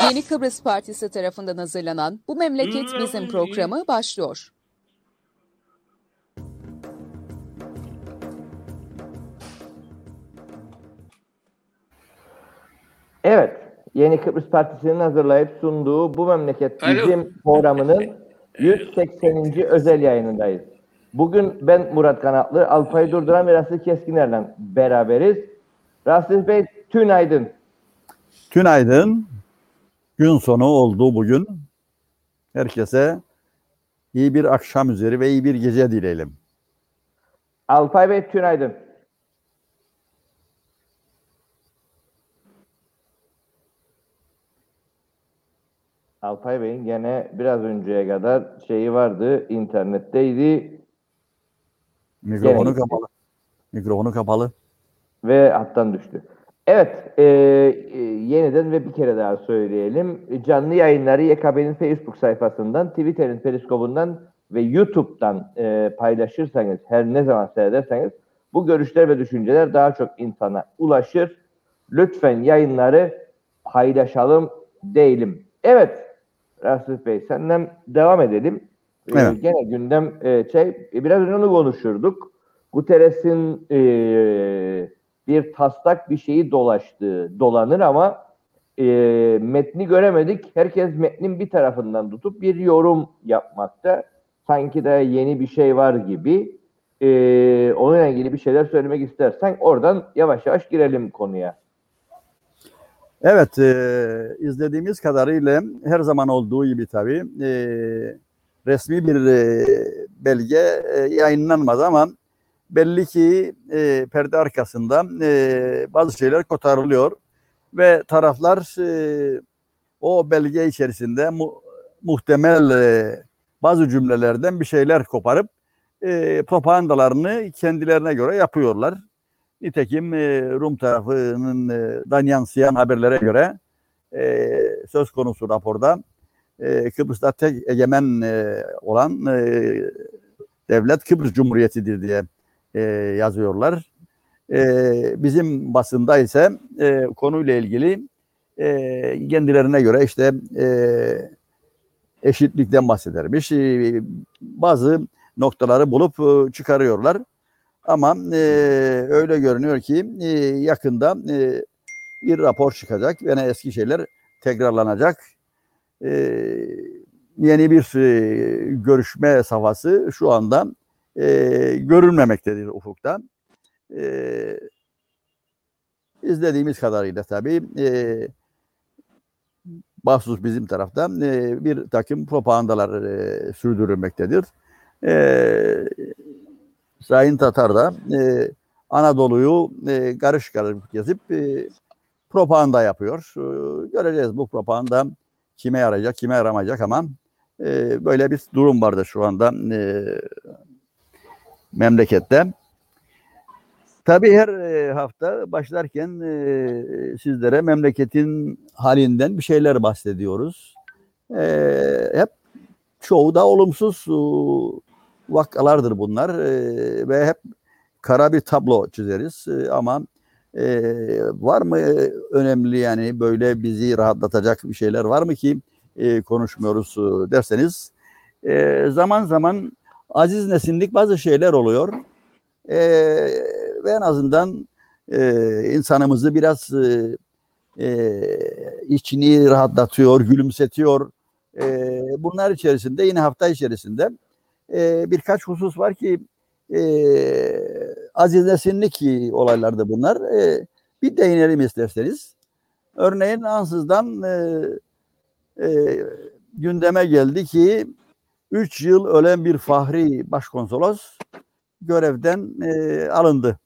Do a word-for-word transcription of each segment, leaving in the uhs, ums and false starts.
Yeni Kıbrıs Partisi tarafından hazırlanan Bu Memleket Bizim programı başlıyor. Evet, Yeni Kıbrıs Partisi'nin hazırlayıp sunduğu Bu Memleket Bizim Alo. programının yüz sekseninci özel yayınındayız. Bugün ben Murat Kanatlı, Alpay Durduran ve Rasif Keskiner'le beraberiz. Rasif Bey, tünaydın. Tünaydın. Gün sonu oldu bugün. Herkese iyi bir akşam üzeri ve iyi bir gece dileyelim. Alpay Bey, tünaydın. Alpay Bey'in gene biraz önceye kadar şeyi vardı, internetteydi. Mikrofonu Gene kapalı. Mikrofonu kapalı. Ve hattan düştü. Evet, e, e, yeniden ve bir kere daha söyleyelim. Canlı yayınları Y K B'nin Facebook sayfasından, Twitter'in Periskop'undan ve YouTube'dan e, paylaşırsanız, her ne zaman seyrederseniz bu görüşler ve düşünceler daha çok insana ulaşır. Lütfen yayınları paylaşalım değilim. Evet, Rasif Bey, senden devam edelim. Evet. E, gene gündem e, şey, biraz önce onu konuşurduk. Guterres'in e, bir taslak bir şeyi dolaştığı dolanır ama e, metni göremedik. Herkes metnin bir tarafından tutup bir yorum yapmakta. Sanki de yeni bir şey var gibi. E, onunla ilgili bir şeyler söylemek istersen oradan yavaş yavaş girelim konuya. Evet, e, izlediğimiz kadarıyla her zaman olduğu gibi tabii e, resmi bir e, belge e, yayınlanmadı ama belli ki e, perde arkasında e, bazı şeyler kotarılıyor ve taraflar e, o belge içerisinde mu, muhtemel e, bazı cümlelerden bir şeyler koparıp e, propagandalarını kendilerine göre yapıyorlar. Nitekim e, Rum tarafından yansıyan haberlere göre e, söz konusu raporda e, Kıbrıs'ta tek egemen e, olan e, devlet Kıbrıs Cumhuriyeti'dir diye e, yazıyorlar. E, bizim basında ise e, konuyla ilgili e, kendilerine göre işte e, eşitlikten bahsedermiş. E, bazı noktaları bulup e, çıkarıyorlar. Ama e, öyle görünüyor ki e, yakında e, bir rapor çıkacak. Yine eski şeyler tekrarlanacak. E, yeni bir e, görüşme safhası şu anda e, görülmemektedir ufukta. E, izlediğimiz kadarıyla tabii e, bahsus bizim tarafta e, bir takım propagandalar e, sürdürülmektedir. E, Sayın Tatar da e, Anadolu'yu e, karış karış gezip e, propaganda yapıyor. E, göreceğiz bu propaganda kime yarayacak, kime yaramayacak ama e, böyle bir durum vardı şu anda e, memlekette. Tabii her e, hafta başlarken e, sizlere memleketin halinden bir şeyler bahsediyoruz. E, hep çoğu da olumsuz e, vakalardır bunlar e, ve hep kara bir tablo çizeriz e, ama e, var mı önemli yani böyle bizi rahatlatacak bir şeyler var mı ki e, konuşmuyoruz e, derseniz e, zaman zaman aziz nesinlik bazı şeyler oluyor e, ve en azından e, insanımızı biraz e, e, içini rahatlatıyor, gülümsetiyor. E, bunlar içerisinde yine hafta içerisinde e, birkaç husus var ki e, aziz nesinlik olaylardı bunlar. E, bir değinelim isterseniz. Örneğin ansızdan e, e, gündeme geldi ki üç yıl ölen bir Fahri Başkonsolos görevden e, alındı.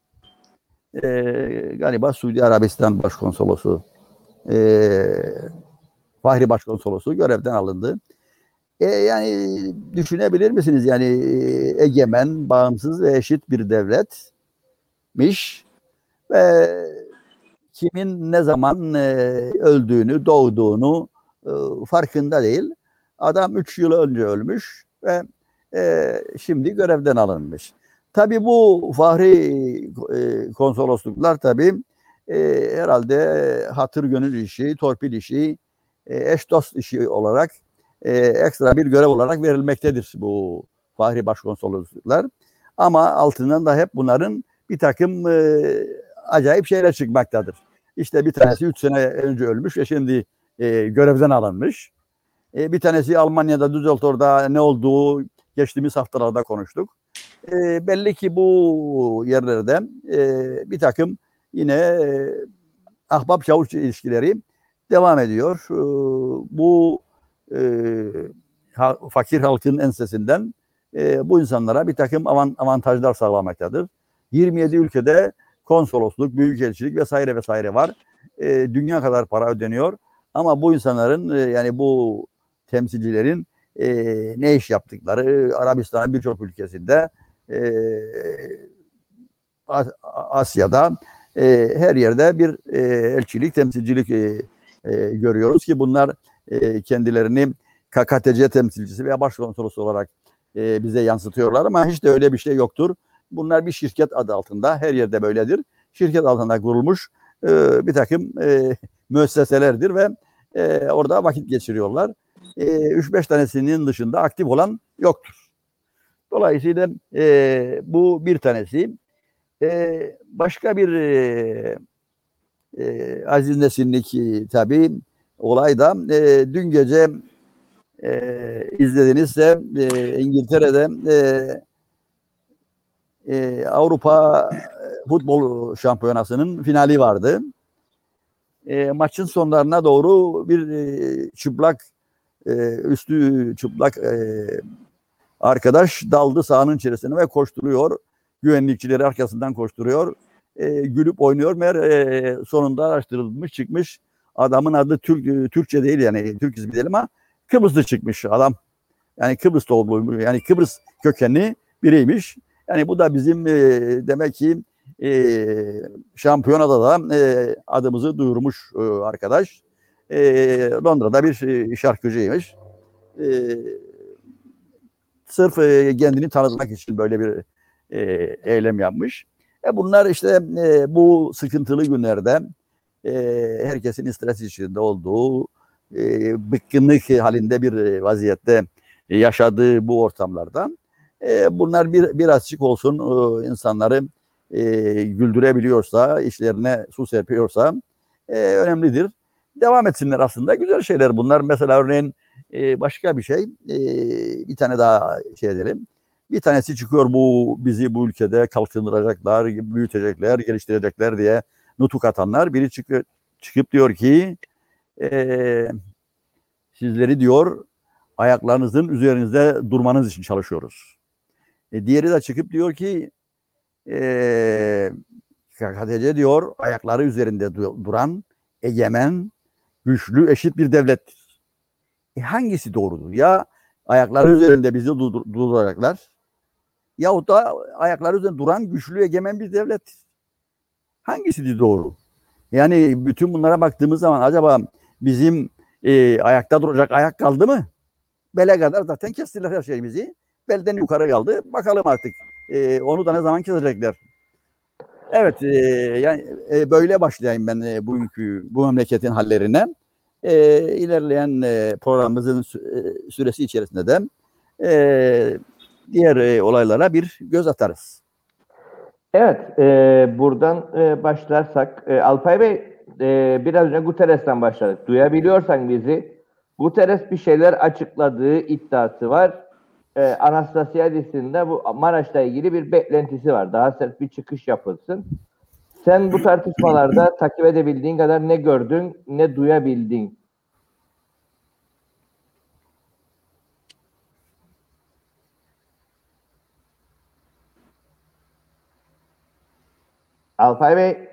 E, galiba Suudi Arabistan Başkonsolosu e, Fahri Başkonsolosu görevden alındı. E, yani düşünebilir misiniz? Yani egemen, bağımsız ve eşit bir devletmiş ve kimin ne zaman e, öldüğünü, doğduğunu e, farkında değil. Adam üç yıl önce ölmüş ve e, şimdi görevden alınmış. Tabii bu Fahri e, konsolosluklar tabii e, herhalde hatır gönül işi, torpil işi e, eş dost işi olarak e, ekstra bir görev olarak verilmektedir bu Fahri Başkonsolosluklar. Ama altından da hep bunların bir takım e, acayip şeyler çıkmaktadır. İşte bir tanesi üç sene önce ölmüş ve şimdi e, görevden alınmış. E, bir tanesi Almanya'da, Düsseldorf'da ne olduğu geçtiğimiz haftalarda konuştuk. E, belli ki bu yerlerde e, bir takım yine e, ahbap çavuş ilişkileri devam ediyor. E, bu e, ha, fakir halkın ensesinden e, bu insanlara bir takım avant, avantajlar sağlamaktadır. yirmi yedi ülkede konsolosluk, büyükelçilik vesaire vesaire var. E, dünya kadar para ödeniyor. Ama bu insanların e, yani bu temsilcilerin e, ne iş yaptıkları Arabistan'ın birçok ülkesinde e, Asya'da e, her yerde bir e, elçilik, temsilcilik e, e, görüyoruz ki bunlar e, kendilerini K K T C temsilcisi veya başkonsolosu olarak e, bize yansıtıyorlar ama hiç de öyle bir şey yoktur. Bunlar bir şirket adı altında, her yerde böyledir. Şirket altında kurulmuş e, bir takım e, müesseselerdir ve e, orada vakit geçiriyorlar. E, üç beş tanesinin dışında aktif olan yoktur. Dolayısıyla e, bu bir tanesi. E, başka bir e, e, Aziz Nesinlik e, tabii olay da e, dün gece e, izledinizse e, İngiltere'de e, e, Avrupa Futbol Şampiyonası'nın finali vardı. E, maçın sonlarına doğru bir e, çıplak e, üstü çıplak e, arkadaş daldı sahanın içerisine ve koşturuyor. Güvenlikçileri arkasından koşturuyor. E, gülüp oynuyor. Meğer e, sonunda araştırılmış çıkmış. Adamın adı Türk, Türkçe değil yani Türk ismi değil ama Kıbrıslı çıkmış adam. Yani Kıbrıs doğumluymuş. Yani Kıbrıs kökenli biriymiş. Yani bu da bizim e, demek ki e, şampiyonada da e, adımızı duyurmuş e, arkadaş. E, Londra'da bir e, şarkıcıymış. E, Sırf e, kendini tanıtmak için böyle bir e, eylem yapmış. E, bunlar işte e, bu sıkıntılı günlerde e, herkesin stres içinde olduğu, e, bıkkınlık halinde bir vaziyette yaşadığı bu ortamlarda e, bunlar bir birazcık olsun e, insanları e, güldürebiliyorsa, işlerine su serpiyorsa e, önemlidir. Devam etsinler aslında. Güzel şeyler bunlar. Mesela örneğin e, başka bir şey. E, bir tane daha şey edelim. Bir tanesi çıkıyor bu bizi bu ülkede kalkındıracaklar, büyütecekler, geliştirecekler diye nutuk atanlar. Biri çıkıyor, çıkıp diyor ki e, sizleri diyor ayaklarınızın üzerinizde durmanız için çalışıyoruz. E, diğeri de çıkıp diyor ki e, K K T C diyor ayakları üzerinde duran egemen, güçlü, eşit bir devlettir. E, hangisi doğrudur? Ya ayakları üzerinde bizi durduracaklar yahut da ayakları üzerinde duran güçlü, egemen bir devlettir. Hangisi doğru? Yani bütün bunlara baktığımız zaman acaba bizim e, ayakta duracak ayak kaldı mı? Bele kadar zaten kestiler her şeyimizi. Belden yukarı kaldı. Bakalım artık. E, onu da ne zaman kesecekler? Evet, e, yani e, böyle başlayayım ben e, bugünkü bu memleketin hallerine. E, ilerleyen e, programımızın sü- e, süresi içerisinde de e, diğer e, olaylara bir göz atarız. Evet, e, buradan e, başlarsak, e, Alpay Bey, e, biraz önce Guterres'ten başladık. Duyabiliyorsan bizi, Guterres bir şeyler açıkladığı iddiası var. E, Anastasiadis'in de bu Maraş'la ilgili bir beklentisi var. Daha sert bir çıkış yapılsın. Sen bu tartışmalarda takip edebildiğin kadar ne gördün, ne duyabildin? Alpay Bey.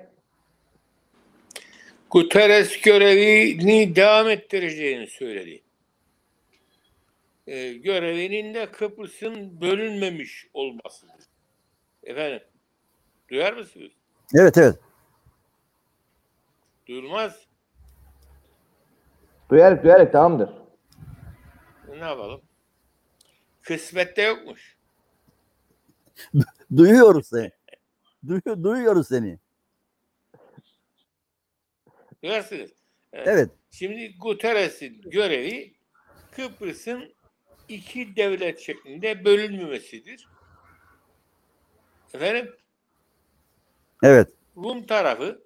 Guterres görevini devam ettireceğini söyledi. Ee, görevinin de Kıbrıs'ın bölünmemiş olmasıdır. Efendim, duyar mısınız? Evet, evet. Duyulmaz. Duyarık, duyarık, tamamdır. Ne yapalım? Kısmette yokmuş. Duyuyoruz seni. Duy- duyuyoruz seni. Duyarsınız. Evet. Şimdi Guterres'in görevi Kıbrıs'ın iki devlet şeklinde bölünmemesidir. Efendim, Evet. Rum tarafı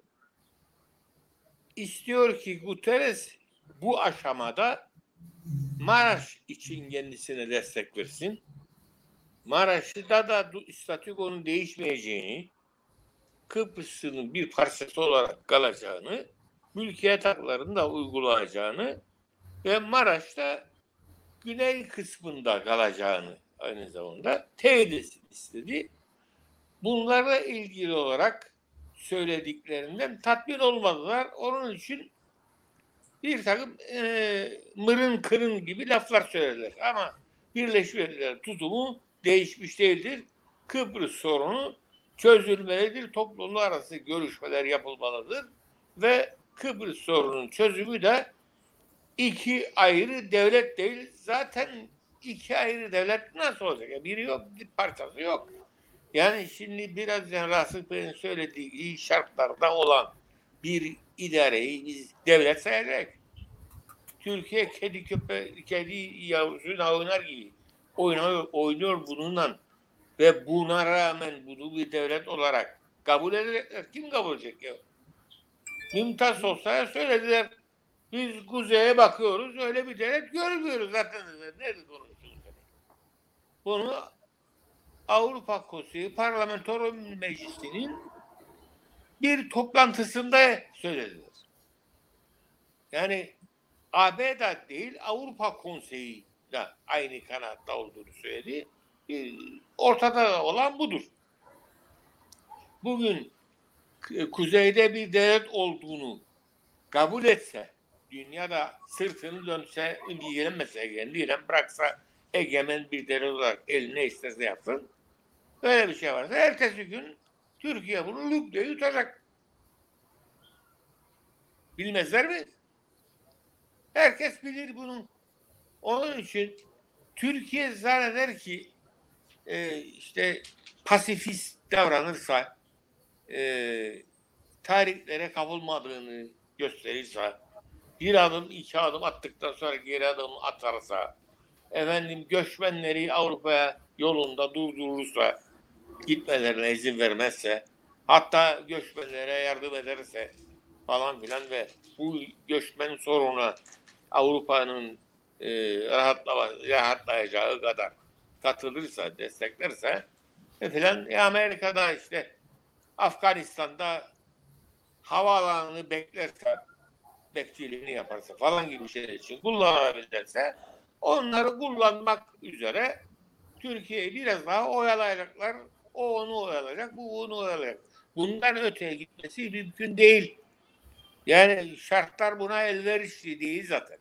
istiyor ki Guterres bu aşamada Maraş için kendisine destek versin. Maraş'ta da statükonun değişmeyeceğini, Kıbrıs'ın bir parçası olarak kalacağını, mülkiyet haklarını da uygulayacağını ve Maraş'ta güney kısmında kalacağını aynı zamanda teyit etsin istedi. Bunlarla ilgili olarak söylediklerinden tatmin olmadılar. Onun için bir takım e, mırın kırın gibi laflar söylediler. Ama Birleşmiş Milletler tutumu değişmiş değildir. Kıbrıs sorunu çözülmelidir. Toplumlar arası görüşmeler yapılmalıdır. Ve Kıbrıs sorunun çözümü de iki ayrı devlet değil. Zaten iki ayrı devlet nasıl olacak? Yani biri yok, bir parçası yok. Yani şimdi biraz önce Rasık Bey'in söylediği şartlarda olan bir idareyi biz devlet sayacak. Türkiye kedi köpe kedi yavrusuyla oynar gibi oynuyor, oynuyor bununla ve buna rağmen bunu bir devlet olarak kabul edecekler. Kim kabul edecek ya? Mümtaz Sosyal'e söylediler. Biz kuzeye bakıyoruz. Öyle bir devlet görmüyoruz zaten. Nerede konuşuyoruz? Bunu Avrupa Konseyi Parlamento Meclisi'nin bir toplantısında söylediler. Yani A B D değil, Avrupa Konseyi de aynı kanatta olduğunu söyledi. Ortada olan budur. Bugün kuzeyde bir devlet olduğunu kabul etse, dünyada sırtını dönse, ilgilenmese, kendiyle bıraksa egemen bir devlet olarak eline isterse yapsın, böyle bir şey varsa ertesi gün Türkiye bunu lüp diye yutacak. Bilmezler mi? Herkes bilir bunu. Onun için Türkiye zanneder ki e, işte pasifist davranırsa, e, tarihlere kapılmadığını gösterirse, bir adım iki adım attıktan sonra geri adım atarsa, efendim göçmenleri Avrupa'ya yolunda durdurursa, gitmelerine izin vermezse, hatta göçmenlere yardım ederse falan filan ve bu göçmen soruna Avrupa'nın e, rahatlama, rahatlayacağı kadar katılırsa, desteklerse e filan e, Amerika'da işte Afganistan'da havaalanını beklerse, bekçiliğini yaparsa falan gibi şeyler için kullanabilirse onları kullanmak üzere Türkiye'yi biraz daha oyalayacaklar. O onu oyalayacak, bu onu oyalayacak. Bundan öteye gitmesi mümkün değil. Yani şartlar buna elverişli değil zaten.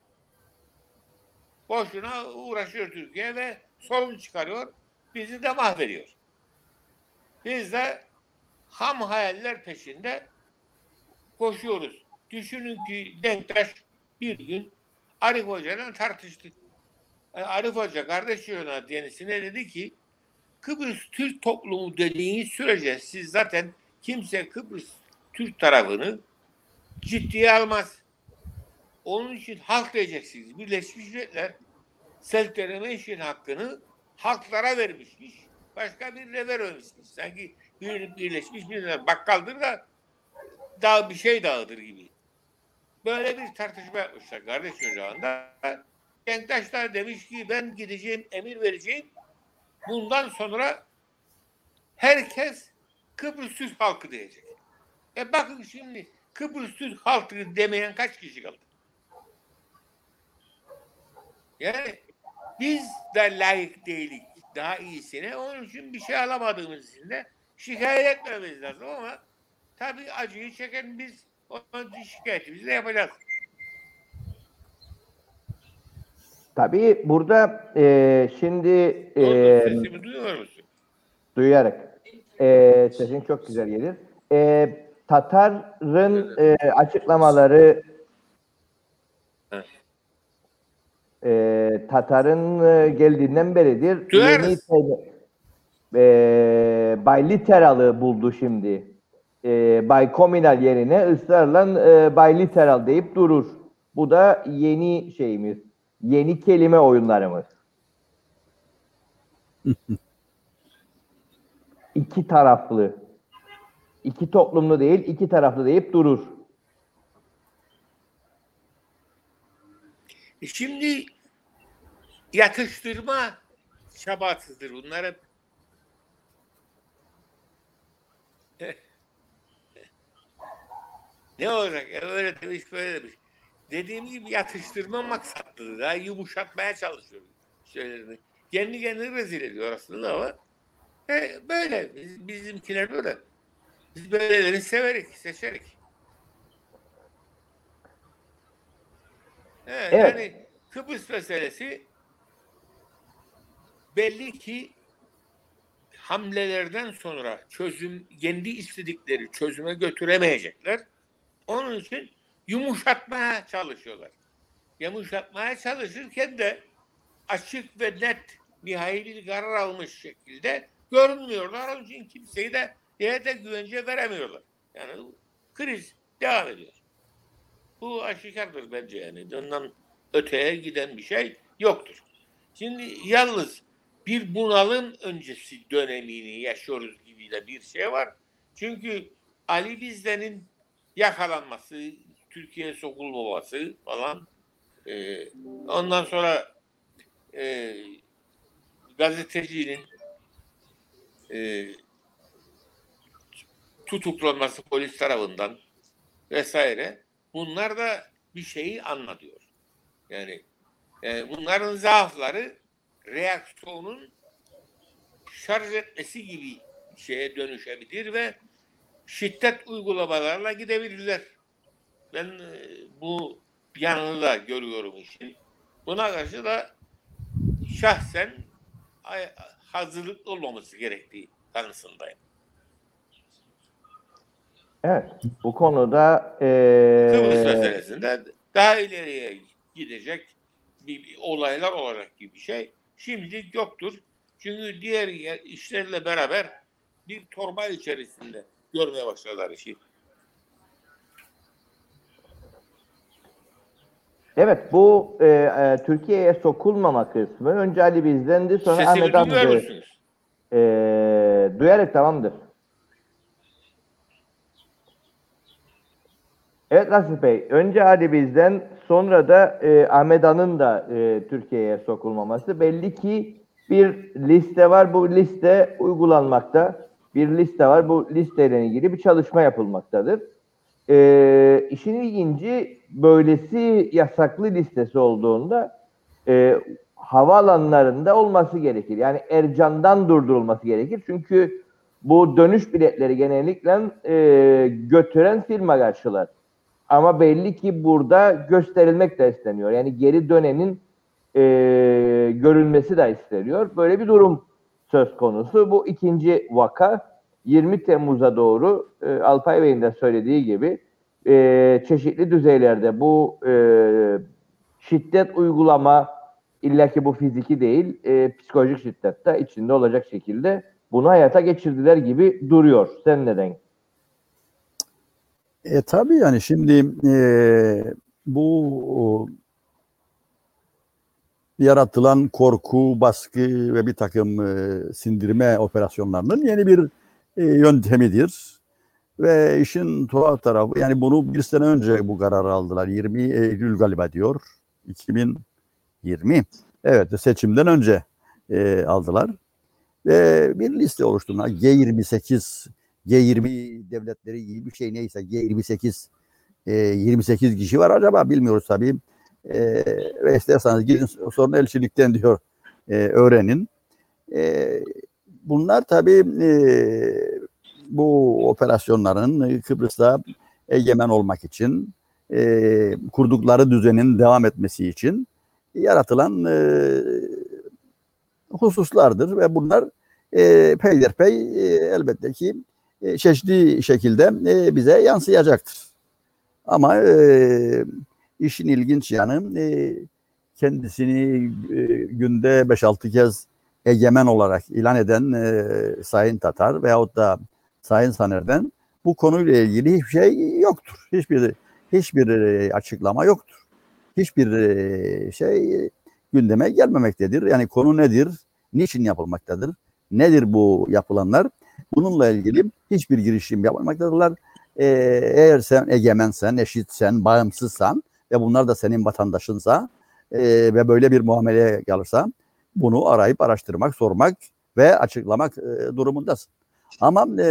Boşuna uğraşıyor Türkiye ve sorun çıkarıyor. Bizi de mahvediyor. Biz de ham hayaller peşinde koşuyoruz. Düşünün ki Denktaş bir gün Arif Hoca'yla tartıştı. Yani Arif Hoca kardeş yönetmenisine dedi ki Kıbrıs Türk toplumu dediğiniz sürece siz zaten kimse Kıbrıs Türk tarafını ciddiye almaz. Onun için halk diyeceksiniz. Birleşmiş Milletler self-determination hakkını halklara vermişmiş. Başka birine vermemişmiş. Sanki bir, Birleşmiş Milletler bakkaldır da daha bir şey dağıdır gibi. Böyle bir tartışma yapmışlar kardeş ocağında. Denktaş da demiş ki ben gideceğim, emir vereceğim. Bundan sonra herkes Kıbrıs Türk halkı diyecek. E bakın şimdi Kıbrıs Türk halkı demeyen kaç kişi kaldı? Yani biz de layık değilik daha iyisine. Onun için bir şey alamadığımız için de şikayet etmemiz lazım ama tabii acıyı çeken biz onun şikayetimizi de yapacağız. Tabii burada e, şimdi e, Sesimi duyuyor musun? duyarak e, sesin çok güzel gelir. E, Tatar'ın e, açıklamaları e, Tatar'ın e, geldiğinden beridir. Duyarız. Yeni e, Bay Literalı buldu şimdi. e, Bay Communal yerine ısrarla e, Bay Literal deyip durur. Bu da yeni şeyimiz. Yeni kelime oyunlarımız. İki taraflı. İki toplumlu değil, iki taraflı deyip durur. Şimdi yatıştırma çabasıdır. Bunlar hep ne olacak? Ya öyle demiş, böyle demiş. Dediğim gibi yatıştırma maksatlıdır. Daha yumuşatmaya çalışıyor şeylerini. Kendi kendini rezil ediyor aslında ama e, böyle. Biz, bizimkiler böyle. Biz böyleleri severik, seçerik. Evet, Evet. Yani Kıbrıs meselesi belli ki hamlelerden sonra çözüm, kendi istedikleri çözüme götüremeyecekler. Onun için yumuşatmaya çalışıyorlar. Yumuşatmaya çalışırken de açık ve net nihai bir karar almış şekilde görünmüyorlar. Onun için kimseyi de yine de güvence veremiyorlar. Yani kriz devam ediyor. Bu aşikardır bence yani. Ondan öteye giden bir şey yoktur. Şimdi yalnız bir bunalım öncesi dönemini yaşıyoruz gibi de bir şey var. Çünkü Ali Bizden'in yakalanması, Türkiye'ye sokulmaması falan, e, ondan sonra e, gazetecinin e, tutuklanması polis tarafından vesaire, bunlar da bir şeyi anlatıyor. Yani e, bunların zaafları reaksiyonun şarj etmesi gibi bir şeye dönüşebilir ve şiddet uygulamalarla gidebilirler. Ben e, bu yanını da görüyorum işin. Buna karşı da şahsen hazırlıklı olmaması gerektiği kanısındayım. Evet. Bu konuda ee... Kıbrıs meselesinde daha ileriye gidecek bir, bir olaylar olacak gibi bir şey şimdi yoktur. Çünkü diğer işlerle beraber bir torba içerisinde görmeye başladılar işi. Evet, bu e, e, Türkiye'ye sokulmama kısmı önce Ali Bizden'di, sonra Sesimi Ahmet duymuyor Hamdi. musunuz? E, duyarak tamamdır. Evet Nasip Bey, önce Ali Bizden, sonra da e, Ahmet Han'ın da e, Türkiye'ye sokulmaması. Belli ki bir liste var, bu liste uygulanmakta. Bir liste var, bu listeyle ilgili bir çalışma yapılmaktadır. E, işin ilginci, böylesi yasaklı listesi olduğunda e, havaalanlarında olması gerekir. Yani Ercan'dan durdurulması gerekir. Çünkü bu dönüş biletleri genellikle e, götüren firma karşılar. Ama belli ki burada gösterilmek de isteniyor. Yani geri dönenin e, görülmesi de isteniyor. Böyle bir durum söz konusu. Bu ikinci vaka. yirmi Temmuz'a doğru e, Alpay Bey'in de söylediği gibi e, çeşitli düzeylerde bu e, şiddet uygulama, illaki bu fiziki değil, e, psikolojik şiddet de içinde olacak şekilde bunu hayata geçirdiler gibi duruyor. Sen neden? E tabii yani şimdi e, bu yaratılan korku, baskı ve bir takım e, sindirme operasyonlarının yeni bir e, yöntemidir. Ve işin tuhaf tarafı, yani bunu bir sene önce bu kararı aldılar. yirmi Eylül galiba diyor. iki bin yirmi. Evet, seçimden önce e, aldılar. Ve bir liste oluşturdular. G yirmi sekiz, G yirmi devletleri gibi bir şey, neyse G yirmi sekiz, e, yirmi sekiz kişi var acaba, bilmiyoruz tabii. E, ve isterseniz gidin sorun elçilikten diyor e, öğrenin. E, bunlar tabii e, bu operasyonların Kıbrıs'ta egemen olmak için, e, kurdukları düzenin devam etmesi için yaratılan e, hususlardır ve bunlar e, peyderpey e, elbette ki e, çeşitli şekilde e, bize yansıyacaktır. Ama e, işin ilginç yanı e, kendisini e, günde beş altı kez egemen olarak ilan eden e, Sayın Tatar veyahut da Sayın Saner'den bu konuyla ilgili hiçbir şey yoktur. Hiçbir hiçbir e, açıklama yoktur. Hiçbir e, şey gündeme gelmemektedir. Yani konu nedir? Niçin yapılmaktadır? Nedir bu yapılanlar? Bununla ilgili hiçbir girişim yapmaktadırlar. Ee, eğer sen egemensen, eşitsen, bağımsızsan ve bunlar da senin vatandaşınsa e, ve böyle bir muameleye gelirse bunu arayıp araştırmak, sormak ve açıklamak e, durumundasın. Ama e,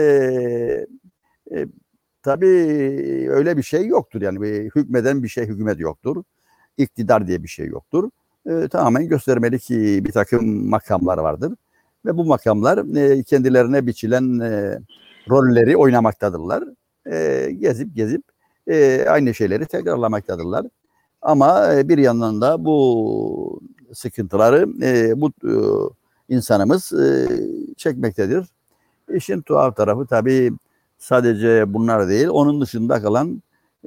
e, tabii öyle bir şey yoktur. Yani bir hükmeden bir şey hükümet yoktur. İktidar diye bir şey yoktur. E, tamamen göstermelik bir takım makamlar vardır. Ve bu makamlar e, kendilerine biçilen e, rolleri oynamaktadırlar. E, gezip gezip e, aynı şeyleri tekrarlamaktadırlar. Ama e, bir yandan da bu sıkıntıları e, bu e, insanımız e, çekmektedir. İşin tuhaf tarafı tabii sadece bunlar değil, onun dışında kalan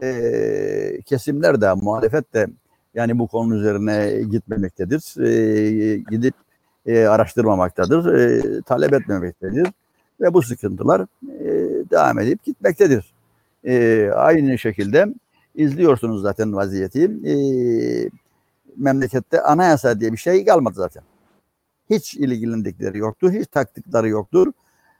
e, kesimler de, muhalefet de yani bu konu üzerine gitmemektedir. E, gidip e, araştırmamaktadır, e, talep etmemektedir ve bu sıkıntılar e, devam edip gitmektedir. E, aynı şekilde izliyorsunuz zaten vaziyeti. E, memlekette anayasa diye bir şey kalmadı zaten. Hiç ilgilendikleri yoktur, hiç taktıkları yoktur.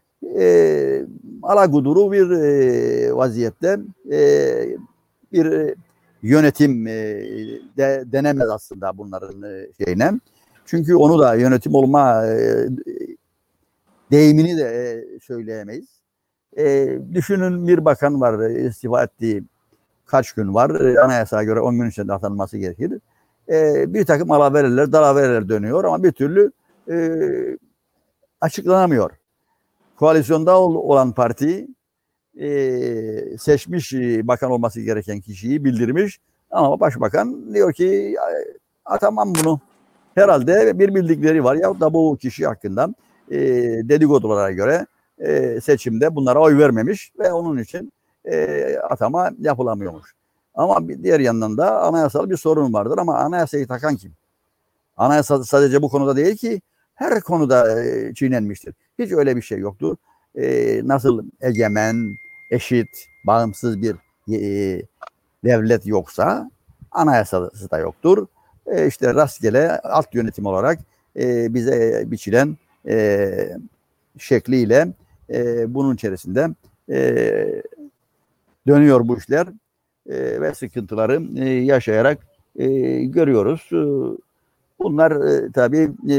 E, alaguduru bir e, vaziyette e, bir yönetim e, de, denemez aslında bunların e, şeyine. Çünkü onu da yönetim olma e, deyimini de e, söyleyemeyiz. E, düşünün bir bakan var, e, istifa ettiği kaç gün var. E, anayasaya göre on gün içinde atanması gerekir. E, bir takım alavereler, dalavereler dönüyor ama bir türlü e, açıklanamıyor. Koalisyonda olan parti e, seçmiş e, bakan olması gereken kişiyi bildirmiş ama başbakan diyor ki atamam bunu. Herhalde bir bildikleri var ya da bu kişi hakkında e, dedikodulara göre e, seçimde bunlara oy vermemiş ve onun için e, atama yapılamıyormuş. Ama bir diğer yandan da anayasal bir sorun vardır ama anayasayı takan kim? Anayasa sadece bu konuda değil ki her konuda e, çiğnenmiştir. Hiç öyle bir şey yoktur. E, nasıl egemen, eşit, bağımsız bir e, devlet yoksa anayasası da yoktur. E, işte rastgele alt yönetim olarak e, bize biçilen e, şekliyle e, bunun içerisinde e, dönüyor bu işler e, ve sıkıntıları e, yaşayarak e, görüyoruz. E, bunlar e, tabii e,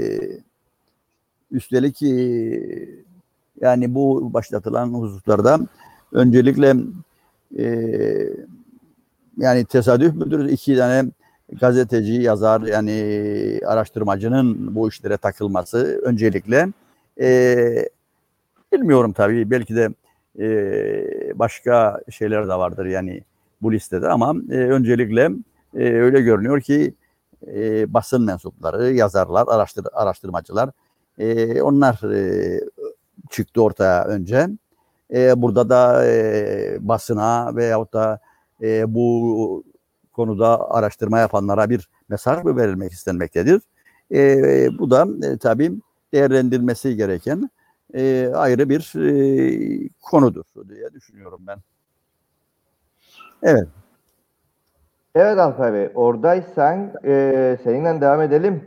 üstelik e, yani bu başlatılan hususlarda öncelikle e, yani tesadüf müdür? İki tane gazeteci, yazar yani araştırmacının bu işlere takılması öncelikle e, bilmiyorum tabii belki de e, başka şeyler de vardır yani bu listede ama e, öncelikle e, öyle görünüyor ki e, basın mensupları, yazarlar, araştır, araştırmacılar e, onlar e, çıktı ortaya önce. E, burada da e, basına veyahut da e, bu konuda araştırma yapanlara bir mesaj mı verilmek istenmektedir? E, bu da e, tabii değerlendirilmesi gereken e, ayrı bir e, konudur diye düşünüyorum ben. Evet. Evet Alpay Bey, oradaysan e, seninle devam edelim.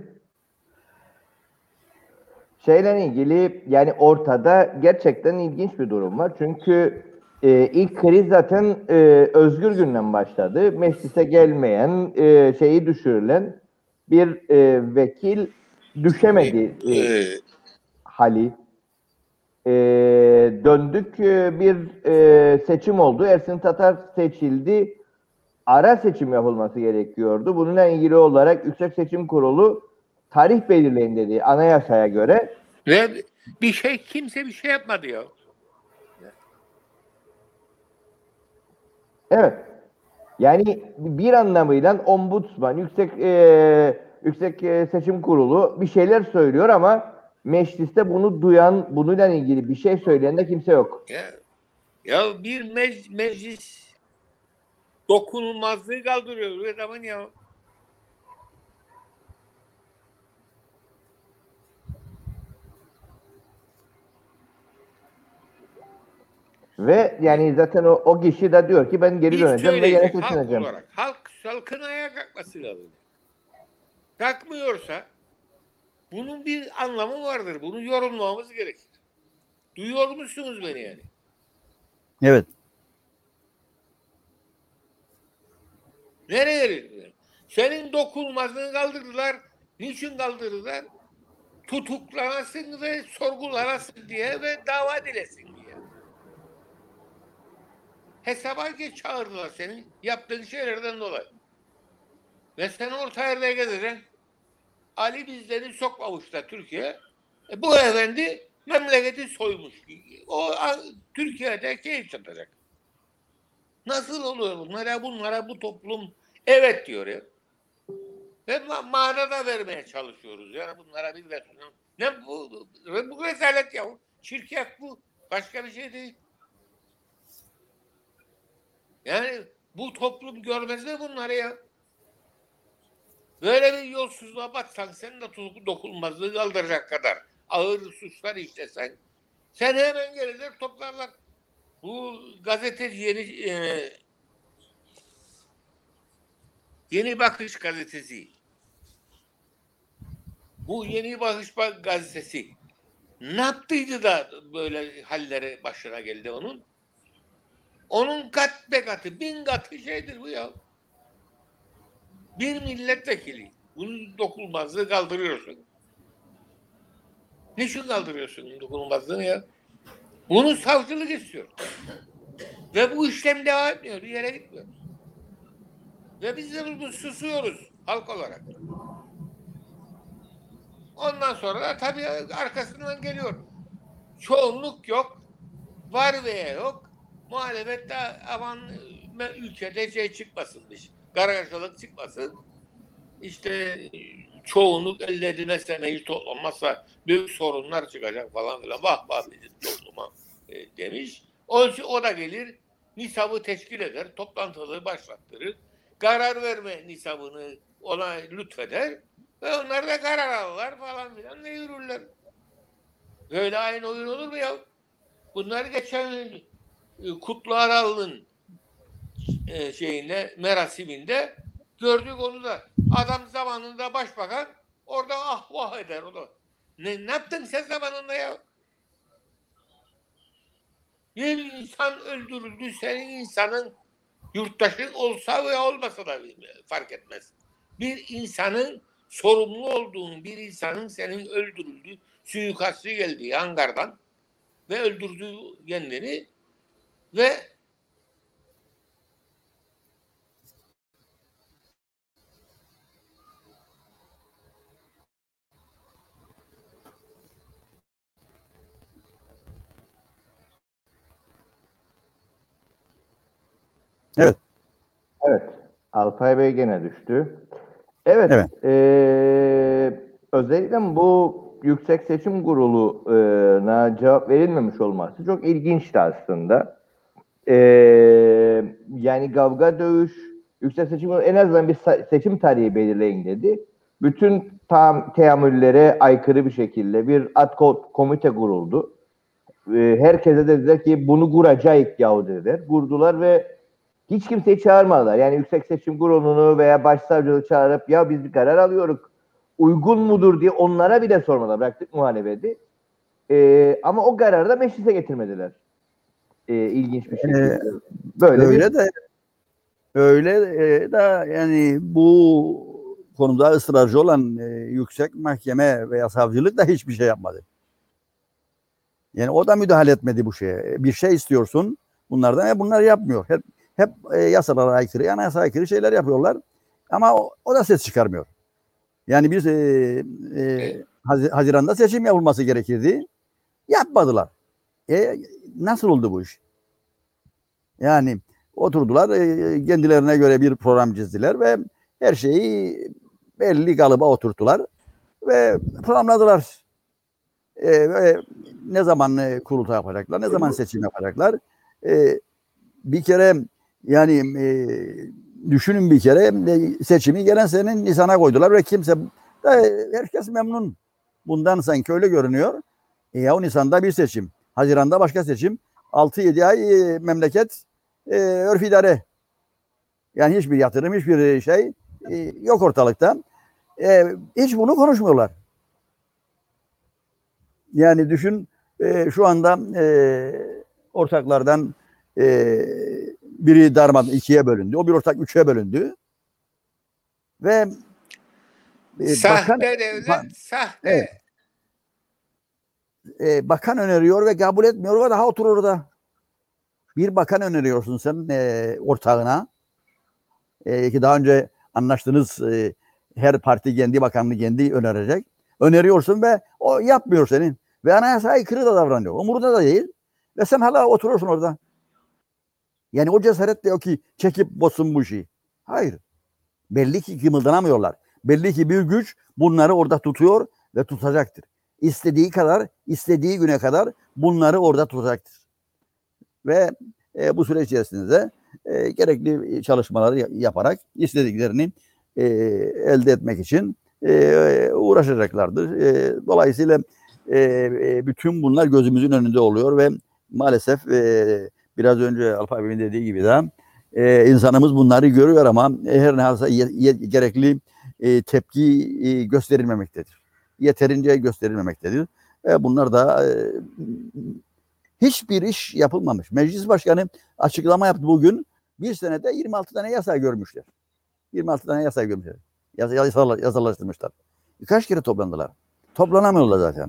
Şeyle ilgili yani ortada gerçekten ilginç bir durum var. Çünkü e, ilk kriz zaten e, Özgür Gün'den başladı. Meclise gelmeyen, e, şeyi düşürülen bir e, vekil düşemedi E, e, hali. E, döndük e, bir e, seçim oldu. Ersin Tatar seçildi. Ara seçim yapılması gerekiyordu. Bununla ilgili olarak Yüksek Seçim Kurulu tarih belirleyin dedi anayasaya göre. ve bir şey kimse bir şey yapmadı ya. Evet. Yani bir anlamıyla ombudsman, yüksek e, yüksek e, seçim kurulu bir şeyler söylüyor ama mecliste bunu duyan, bununla ilgili bir şey söyleyen de kimse yok. Ya, ya bir mec meclis dokunulmazlığı kaldırıyor ve zaman ya. Ve yani zaten o, o kişi de diyor ki ben geri Biz döneceğim ve yine söyleyecek halk seçileceğim. olarak. Halk, halkın ayağa kalkması lazım. Kalkmıyorsa bunun bir anlamı vardır. Bunu yorumlamamız gerekir. Duyuyor musunuz beni yani? Evet. Nereye gidiyor? Senin dokunulmazlığını kaldırdılar. Niçin kaldırdılar? Tutuklanasın ve sorgulanasın diye ve dava dilesin diye. Hesaba geç çağırdılar seni yaptığın şeylerden dolayı. Ve sen orta yerde gezeceksin. Ali bizleri sokmamış da Türkiye. E, bu efendi memleketi soymuş. O Türkiye'de keyif çatacak. Nasıl oluyor bunlara? Bunlara bu toplum evet diyor ya. Ve ma- manada vermeye çalışıyoruz. Yani bunlara bir versiyon. Ne bu? Bu, bu rezalet ya. Şirket bu. Başka bir şey değil. Yani bu toplum görmez mi bunları ya? Böyle bir yolsuzluğa batsan sen de dokunulmazlığı kaldıracak kadar ağır suçlar işlesen sen hemen gelir toplarlar. Bu gazeteci yeni e, Yeni Bakış gazetesi. Bu Yeni Bakış gazetesi ne yaptıydı da böyle hallere başına geldi onun? Onun kat be katı, bin katı şeydir bu ya. Bir milletvekili. Bunun dokunulmazlığı kaldırıyorsun. Niçin kaldırıyorsun dokunulmazlığını ya? Bunu savcılık istiyor. Ve bu işlem devam etmiyor. Bir yere gitmiyor. Ve biz de bunu susuyoruz halk olarak. Ondan sonra da tabii arkasından geliyor. Çoğunluk yok. Var veya yok. Muhalefette aman ülkede şey çıkmasınmış. Kargaşalık çıkmasın. İşte çoğunluk elde edilmezse meclis toplanmazsa büyük sorunlar çıkacak falan filan. Vah vah bizim topluma e, demiş. O, o da gelir nisabı teşkil eder. Toplantıları başlattırır. Karar verme nisabını ona lütfeder. Ve onlar da karar alırlar falan filan ne yürürler. Böyle aynı oyun olur mu ya? Bunlar geçen e, Kutlu Aral'ın e, şeyinde, merasiminde gördük onu da. Adam zamanında başbakan orada ah vah eder o da. Ne, ne yaptın sen zamanında ya? Bir insan öldürüldü, senin insanın yurttaşın olsa veya olmasa da fark etmez. Bir insanın sorumlu olduğunu, bir insanın senin öldürüldüğü, suikastı geldiği hangardan ve öldürdüğü kendini ve Evet. Evet. Alpay Bey gene düştü. Evet. Evet. eee, özellikle bu Yüksek Seçim Kurulu'na cevap verilmemiş olması çok ilginçti aslında. Eee, yani kavga dövüş, Yüksek Seçim Kurulu en azından bir sa- seçim tarihi belirleyin dedi. Bütün tam teamüllere aykırı bir şekilde bir ad ko- komite kuruldu. Eee, herkese dediler ki bunu kuracağız yahu dediler. Kurdular ve hiç kimseyi çağırmadılar. Yani Yüksek Seçim Kurulu'nu veya başsavcılığı çağırıp ya biz bir karar alıyoruz. Uygun mudur diye onlara bile sormadan bıraktık muhalefeti. Ee, ama o kararı da meclise getirmediler. Ee, ilginç bir şekilde. Ee, Böyle öyle bir de öyle e, da yani bu konuda ısrarcı olan e, yüksek mahkeme veya savcılık da hiçbir şey yapmadı. Yani o da müdahale etmedi bu şeye. Bir şey istiyorsun bunlardan ve bunlar yapmıyor. Hep hep e, yasalara aykırı, anayasa aykırı şeyler yapıyorlar. Ama o, o da ses çıkarmıyor. Yani biz e, e, Haz- Haziran'da seçim yapılması gerekirdi. Yapmadılar. E, nasıl oldu bu iş? Yani oturdular, e, kendilerine göre bir program çizdiler ve her şeyi belli kalıba oturttular ve programladılar. E, ve ne zaman e, kurultay yapacaklar, ne zaman seçim yapacaklar. E, bir kere yani e, düşünün bir kere e, seçimi gelen senenin Nisan'a koydular ve kimse e, herkes memnun. Bundan sanki öyle görünüyor. E, ya o Nisan'da bir seçim, Haziran'da başka seçim. altı yedi ay e, memleket e, örf idare. Yani hiçbir yatırım, hiçbir şey e, yok ortalıkta. E, hiç bunu konuşmuyorlar. Yani düşün e, şu anda e, ortaklardan e, biri darmadağın ikiye bölündü. O bir ortak üçe bölündü. Ve e, Sahte bakan devlet, ba- sahte. evet, e, bakan öneriyor ve kabul etmiyor ve daha oturur orada. Bir bakan öneriyorsun sen e, ortağına. E, ki daha önce anlaştığınız e, her parti kendi bakanını kendi önerecek. Öneriyorsun ve o yapmıyor senin. Ve anayasaya aykırı da davranıyor. Umurunda da değil. Ve sen hala oturuyorsun orada. Yani o cesaret de yok ki çekip bozsun bu işi. Hayır. Belli ki kımıldanamıyorlar. Belli ki bir güç bunları orada tutuyor ve tutacaktır. İstediği kadar, istediği güne kadar bunları orada tutacaktır. Ve e, bu süreç içerisinde e, gerekli çalışmaları yaparak istediklerini e, elde etmek için e, uğraşacaklardır. E, dolayısıyla e, bütün bunlar gözümüzün önünde oluyor ve maalesef e, biraz önce Alp abimin dediği gibi de e, insanımız bunları görüyor ama her neyse gerekli e, tepki e, gösterilmemektedir. Yeterince gösterilmemektedir. E, bunlar da e, hiçbir iş yapılmamış. Meclis Başkanı açıklama yaptı bugün. Bir senede yirmi altı tane yasa görmüşler. yirmi altı tane yasa görmüşler. Yasa, yasal, yasalaştırmışlar. Kaç kere toplandılar? Toplanamıyorlar zaten.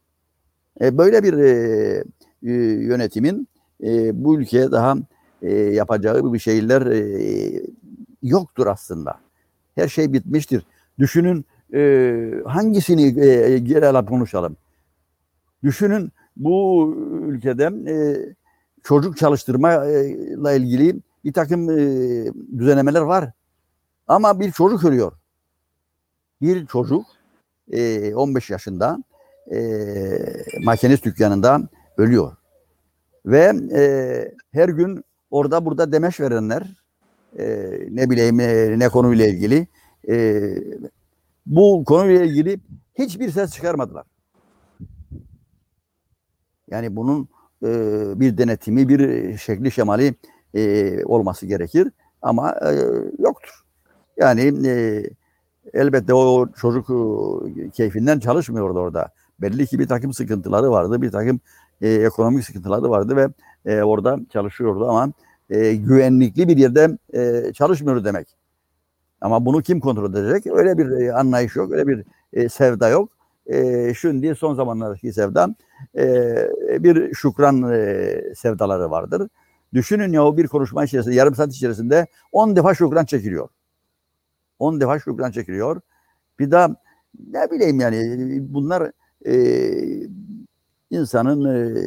E, böyle bir e, e, yönetimin e, bu ülkeye daha e, yapacağı bir şeyler e, yoktur aslında. Her şey bitmiştir. Düşünün e, hangisini e, geri alıp konuşalım. Düşünün bu ülkede e, çocuk çalıştırmayla ilgili bir takım e, düzenlemeler var. Ama bir çocuk ölüyor. Bir çocuk e, on beş yaşında e, makinist dükkanında ölüyor. Ve e, her gün orada burada demeç verenler e, ne bileyim e, ne konuyla ilgili e, bu konuyla ilgili hiçbir ses çıkarmadılar. Yani bunun e, bir denetimi, bir şekli şemali e, olması gerekir ama e, yoktur. Yani e, elbette o çocuk e, keyfinden çalışmıyordu orada. Belli ki bir takım sıkıntıları vardı, bir takım e, ekonomik sıkıntıları vardı ve e, orada çalışıyordu ama e, güvenlikli bir yerde e, çalışmıyordu demek. Ama bunu kim kontrol edecek? Öyle bir e, anlayış yok, öyle bir e, sevda yok. E, şimdi son zamanlardaki sevda e, bir şükran e, sevdaları vardır. Düşünün ya o bir konuşma içerisinde, yarım saat içerisinde on defa şükran çekiliyor. on defa şükran çekiliyor. Bir daha ne bileyim yani bunlar e, insanın e,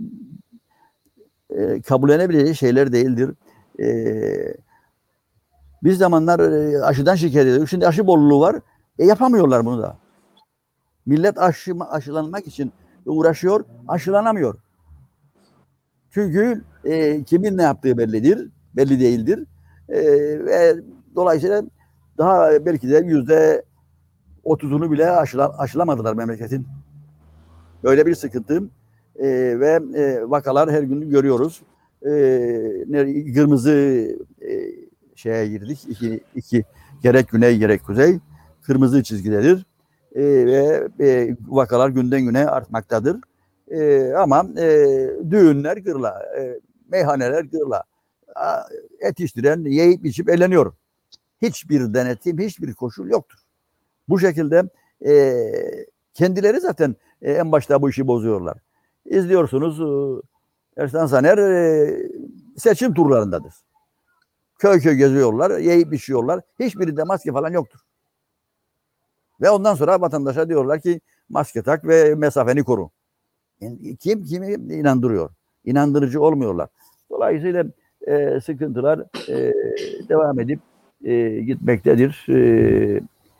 e, kabullenebileceği şeyler değildir. E, bir zamanlar e, aşıdan şikayet ediyor. Şimdi aşı bolluğu var. E, yapamıyorlar bunu da. Millet aşı, aşılanmak için uğraşıyor, aşılanamıyor. Çünkü e, kimin ne yaptığı bellidir, belli değildir. E, ve dolayısıyla daha belki de yüzde otuzunu bile aşıla, aşılamadılar memleketin. Böyle bir sıkıntı e, ve e, vakalar her gün görüyoruz. E, ne, kırmızı e, şeye girdik. İki, iki gerek güney gerek kuzey kırmızı çizgidedir. E, ve e, vakalar günden güne artmaktadır. E, ama e, düğünler gırla, e, meyhaneler gırla. Et iştiren yiyip içip eğleniyor. Hiçbir denetim, hiçbir koşul yoktur. Bu şekilde e, kendileri zaten e, en başta bu işi bozuyorlar. İzliyorsunuz e, Ersan Saner e, seçim turlarındadır. Köy köy geziyorlar, yiyip içiyorlar. Hiçbirinde maske falan yoktur. Ve ondan sonra vatandaşa diyorlar ki maske tak ve mesafeni koru. Yani kim kimi inandırıyor? İnandırıcı olmuyorlar. Dolayısıyla e, sıkıntılar e, devam edip e, gitmektedir. E,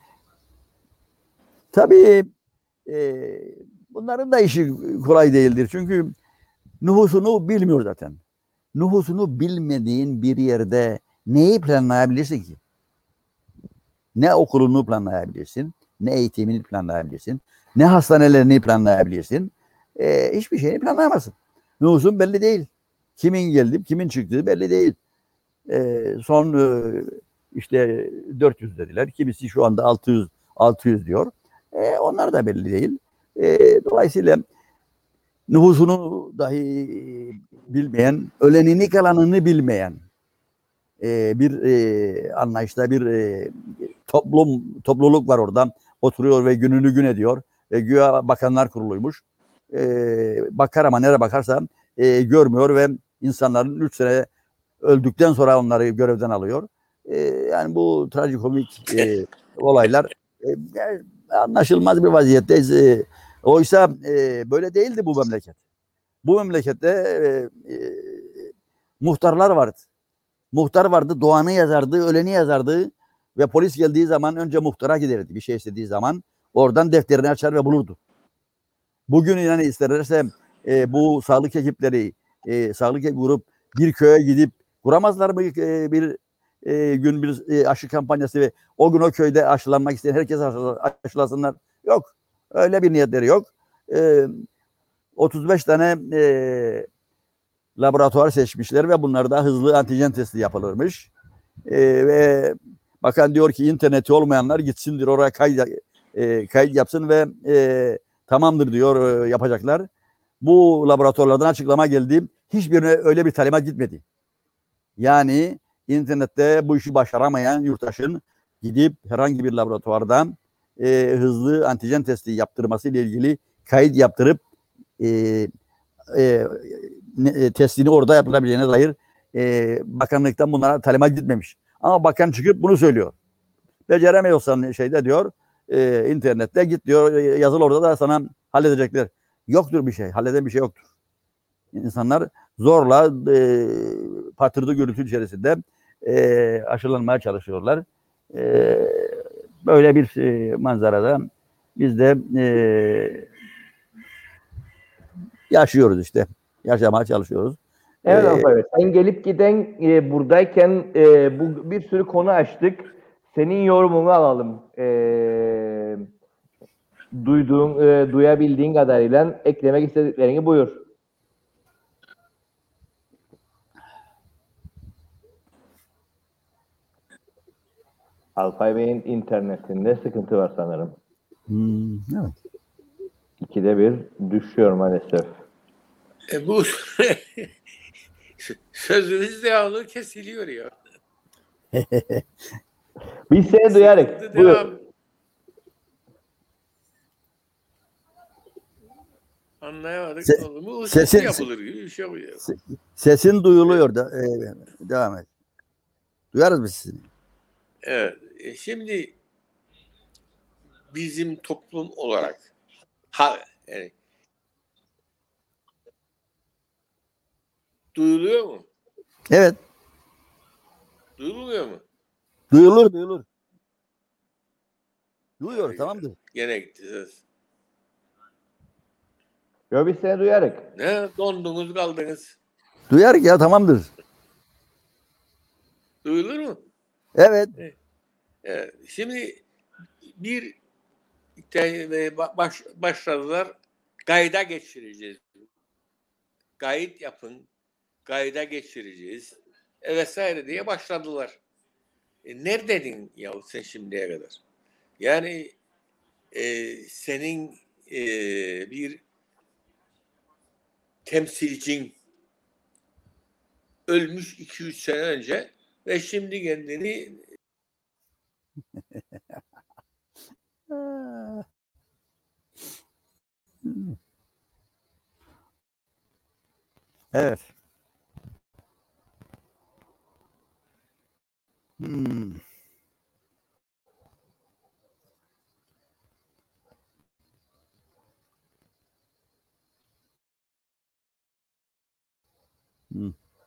tabii e, bunların da işi kolay değildir. Çünkü nüfusunu bilmiyor zaten. Nüfusunu bilmediğin bir yerde neyi planlayabilirsin ki? Ne okulunu planlayabilirsin, ne eğitimini planlayabilirsin, ne hastanelerini planlayabilirsin. E, hiçbir şeyini planlayamazsın. Nüfusun belli değil. Kimin geldi, kimin çıktığı belli değil. E, son e, işte dört yüz dediler. Kimisi şu anda altı yüz altı yüz diyor. E, onlar da belli değil. E, dolayısıyla nüfusunu dahi bilmeyen, ölenini kalanını bilmeyen e, bir e, anlayışta bir e, toplum topluluk var orada. Oturuyor ve gününü gün ediyor. E, güya bakanlar kuruluymuş. E, bakar ama nereye bakarsa e, görmüyor ve insanların üç sene öldükten sonra onları görevden alıyor. E, yani bu trajikomik e, olaylar e, yani anlaşılmaz bir vaziyetteyiz. E, oysa e, böyle değildi bu memleket. Bu memlekette e, e, muhtarlar vardı. Muhtar vardı, doğanı yazardı, öleni yazardı ve polis geldiği zaman önce muhtara giderdi bir şey istediği zaman. Oradan defterini açar ve bulurdu. Bugün yani isterlerse e, bu sağlık ekipleri, e, sağlık grup bir köye gidip kuramazlar mı e, bir e, gün bir e, aşı kampanyası ve o gün o köyde aşılanmak isteyen herkes aşılasınlar. Yok. Öyle bir niyetleri yok. E, otuz beş tane e, laboratuvar seçmişler ve bunlarda hızlı antijen testi yapılırmış. E, ve bakan diyor ki interneti olmayanlar gitsin diyor oraya kayıt, e, kayıt yapsın ve e, tamamdır diyor e, yapacaklar. Bu laboratuvarlardan açıklama geldi. Hiçbirine öyle bir talimat gitmedi. Yani internette bu işi başaramayan yurttaşın gidip herhangi bir laboratuvardan e, hızlı antijen testi yaptırması ile ilgili kayıt yaptırıp e, e, e, testini orada yapılabileceğine dair e, bakanlıktan bunlara talimat gitmemiş. Ama bakan çıkıp bunu söylüyor. Beceremiyorsan şeyde diyor e, internette git diyor yazılı orada da sana halledecekler. Yoktur bir şey. Halleden bir şey yoktur. İnsanlar zorla e, patırdı gürültü içerisinde e, aşılanmaya çalışıyorlar. E, böyle bir e, manzarada biz de e, yaşıyoruz işte. Yaşamaya çalışıyoruz. Evet Ee, Alpay Bey. Sen gelip giden e, buradayken e, bu bir sürü konu açtık. Senin yorumunu alalım. E, duyduğun, e, duyabildiğin kadarıyla eklemek istediklerini buyur. Alpay Bey'in internetinde sıkıntı var sanırım. hmm, evet. İkide bir düşüyor maalesef. E bu sözünüz devamlı kesiliyor ya. Biz seni duyarız. Buyur. Devam. Anlayamadık. Se- oldu mu? sesin- yapılır gibi bir şey oluyor. Sesin duyuluyor da. E, devam et. Duyarız biz sizi. Evet. E şimdi bizim toplum olarak ha, yani, duyuluyor mu? Evet. Duyulmuyor mu? Duyulur duyulur. Duyuyor Yani, tamamdır. Gene gitti ses. Yo biz seni duyarız. Ne dondunuz kaldınız. Duyar ya tamamdır. Duyulur mu? Evet. Evet. Şimdi bir te- baş, başladılar. Kayda geçireceğiz. Kayıt yapın. Kayda geçireceğiz. E vesaire diye başladılar. E neredeydin ya sen şimdiye kadar? Yani e, senin e, bir temsilcin ölmüş iki üç sene önce ve şimdi kendini Evet. Hmm. Hmm.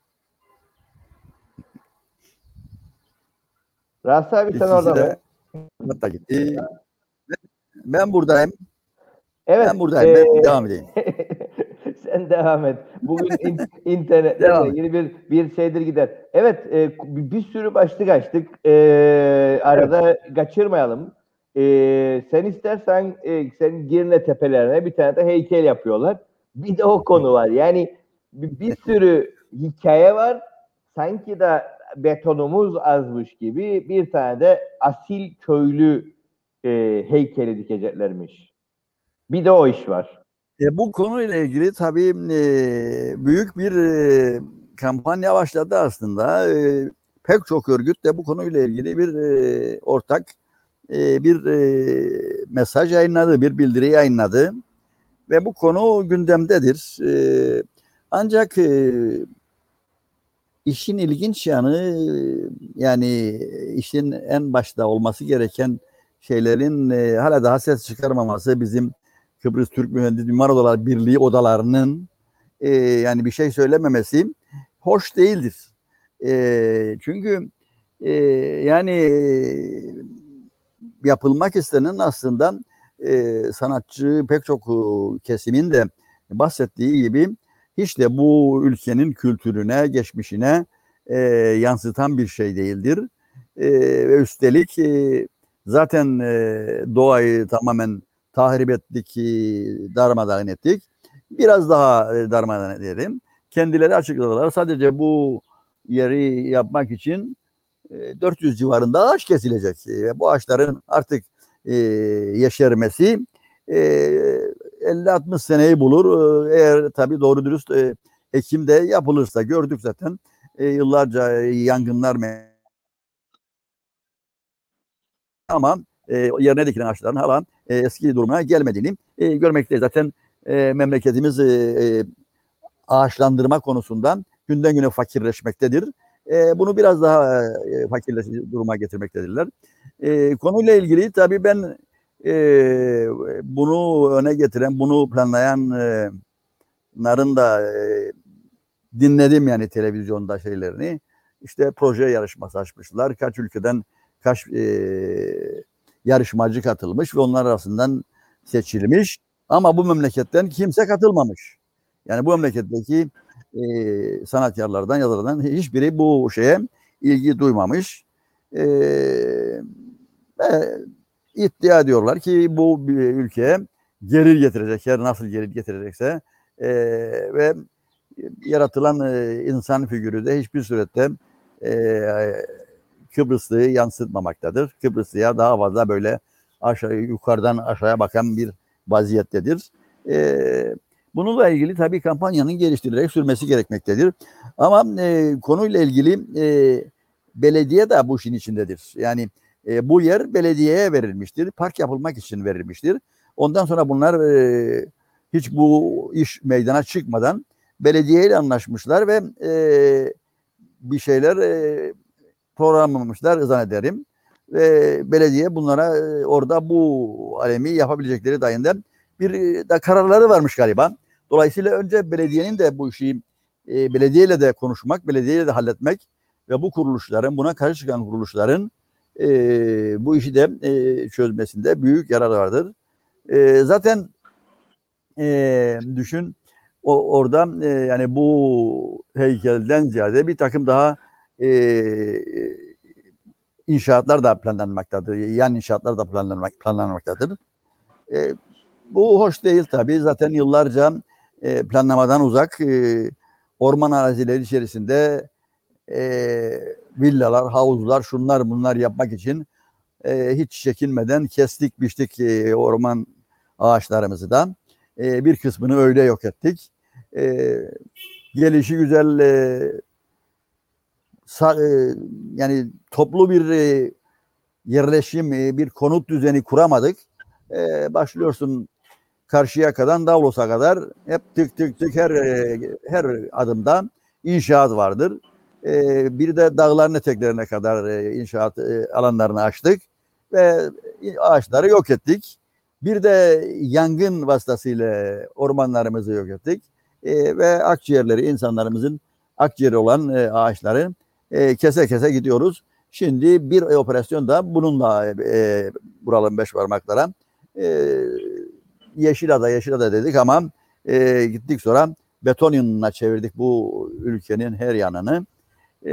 Rahatsız abi sen İkisi orada de mı? hatta gitti. Ben buradayım. Evet. Ben buradayım. e, Ben devam edeyim. sen devam et. Bugün in, internetle Devam et. ilgili bir bir şeydir gider. Evet, e, bir bir sürü başlık açtık. E, arada kaçırmayalım. E, sen istersen e, senin Girne tepelerine bir tane de heykel yapıyorlar. Bir de o konu var. Yani bir, bir sürü hikaye var. Sanki de betonumuz azmış gibi bir tane de asil köylü e, heykeli dikeceklermiş. Bir de o iş var. E, bu konuyla ilgili tabii e, büyük bir e, kampanya başladı aslında. E, pek çok örgüt de bu konuyla ilgili bir e, ortak e, bir e, mesaj yayınladı, bir bildiri yayınladı. Ve bu konu gündemdedir. E, ancak e, işin ilginç yanı yani işin en başta olması gereken şeylerin e, hala daha ses çıkarmaması bizim Kıbrıs Türk Mühendis Mimar Odalar Birliği odalarının e, yani bir şey söylememesi hoş değildir. E, çünkü e, yani yapılmak istenen aslında e, sanatçı pek çok e, kesimin de bahsettiği gibi hiç de bu ülkenin kültürüne, geçmişine e, yansıtan bir şey değildir. E, ve üstelik e, zaten e, doğayı tamamen tahrip ettik, e, darmadağın ettik. Biraz daha e, darmadağın edelim. Kendileri açıkladılar. Sadece bu yeri yapmak için e, dört yüz civarında ağaç kesilecek. Ve bu ağaçların artık e, yeşermesi e, elli altmış seneyi bulur. E, eğer tabii doğru dürüst e, Ekim'de yapılırsa gördük zaten e, yıllarca yangınlar ama e, yerine dikilen ağaçların hala e, eski durumuna gelmediğini e, görmekteyiz. Zaten e, memleketimiz e, ağaçlandırma konusundan günden güne fakirleşmektedir. E, bunu biraz daha e, fakirleşici duruma getirmektedirler. E, konuyla ilgili tabii ben e, bunu öne getiren, bunu planlayanların da e, dinledim yani televizyonda şeylerini. İşte proje yarışması açmışlar. Kaç ülkeden kaç e, yarışmacı katılmış ve onlar arasından seçilmiş. Ama bu memleketten kimse katılmamış. Yani bu memleketteki e, sanatkarlardan, yazarlardan hiçbiri bu şeye ilgi duymamış. E, ve iddia ediyorlar ki bu ülkeye gelir getirecek, her nasıl gelir getirecekse e, ve yaratılan e, insan figürü de hiçbir surette e, Kıbrıslı'yı yansıtmamaktadır. Kıbrıslı'ya daha fazla böyle aşağı yukarıdan aşağıya bakan bir vaziyettedir. E, bununla ilgili tabii kampanyanın geliştirilerek sürmesi gerekmektedir. Ama e, konuyla ilgili e, belediye de bu işin içindedir. Yani e, bu yer belediyeye verilmiştir. Park yapılmak için verilmiştir. Ondan sonra bunlar e, hiç bu iş meydana çıkmadan belediyeyle anlaşmışlar ve e, bir şeyler e, programlamışlar zannederim. Ve belediye bunlara e, orada bu alemi yapabilecekleri dayında bir de kararları varmış galiba. Dolayısıyla önce belediyenin de bu işi e, belediyeyle de konuşmak, belediyeyle de halletmek ve bu kuruluşların, buna karşı çıkan kuruluşların e, bu işi de e, çözmesinde büyük yarar vardır. E, zaten e, düşün o orada e, yani bu heykelden ziyade bir takım daha e, inşaatlar da planlanmaktadır. Yan inşaatlar da planlanmak, planlanmaktadır. E, bu hoş değil tabii. Zaten yıllarca e, planlamadan uzak e, orman arazileri içerisinde e, villalar, havuzlar, şunlar bunlar yapmak için e, hiç çekinmeden kestik, biçtik e, orman ağaçlarımızı da. E, bir kısmını öyle yok ettik. E, gelişi güzel e, sa, e, yani toplu bir e, yerleşim, e, bir konut düzeni kuramadık. E, başlıyorsun Karşıyaka'dan Davlos'a kadar hep tık tık tık her e, her adımda inşaat vardır. E, bir de dağların eteklerine kadar e, inşaat e, alanlarını açtık ve ağaçları yok ettik. Bir de yangın vasıtasıyla ormanlarımızı yok ettik. E, ve akciğerleri, insanlarımızın akciğeri olan e, ağaçları e, kese kese gidiyoruz. Şimdi bir operasyon da bununla e, vuralım beş parmaklara. E, Yeşilada, Yeşilada dedik ama e, gittik sonra beton yığınına çevirdik bu ülkenin her yanını. E,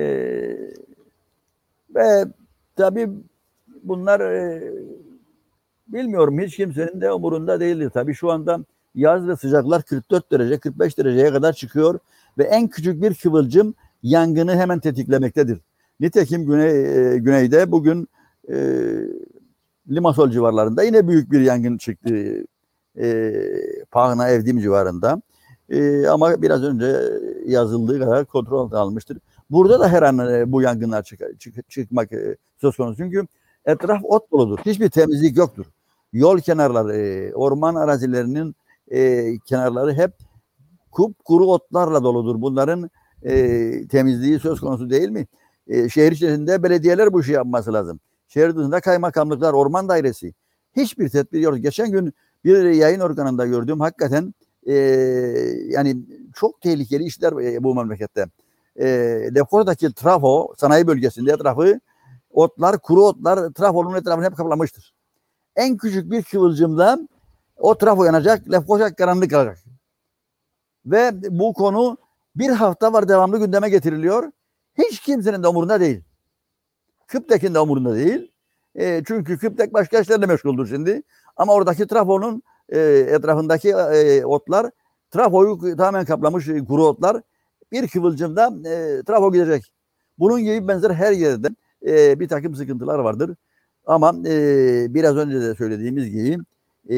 ve tabii bunlar e, bilmiyorum hiç kimsenin de umurunda değildir. Tabii şu anda yaz ve sıcaklar kırk dört derece, kırk beş dereceye kadar çıkıyor ve en küçük bir kıvılcım yangını hemen tetiklemektedir. Nitekim güney, e, güneyde bugün e, Limasol civarlarında yine büyük bir yangın çıktı. E, Pahına Evdim civarında. E, ama biraz önce yazıldığı kadar kontrol altına almıştır. Burada da her an e, bu yangınlar çık, çık, çıkmak e, söz konusu. Çünkü etraf ot doludur. Hiçbir temizlik yoktur. Yol kenarları, e, orman arazilerinin e, kenarları hep kupkuru otlarla doludur. Bunların e, temizliği söz konusu değil mi? E, şehir içerisinde belediyeler bu işi yapması lazım. Şehir dışında kaymakamlıklar, orman dairesi. Hiçbir tedbir yok. Geçen gün bir yayın organında gördüğüm hakikaten e, yani çok tehlikeli işler e, bu memlekette. E, Lefkoşa'daki trafo sanayi bölgesinde etrafı otlar, kuru otlar trafonun etrafını hep kaplamıştır. En küçük bir kıvılcımda o trafo yanacak, Lefkoşa karanlık kalacak. Ve bu konu bir hafta var devamlı gündeme getiriliyor. Hiç kimsenin de umurunda değil. Kıptek'in de umurunda değil. E, çünkü Kıptek başka işlerle meşguldür şimdi. Ama oradaki trafonun e, etrafındaki e, otlar, trafoyu tamamen kaplamış e, kuru otlar. Bir kıvılcımda e, trafo gidecek. Bunun gibi benzer her yerde e, bir takım sıkıntılar vardır. Ama e, biraz önce de söylediğimiz gibi e,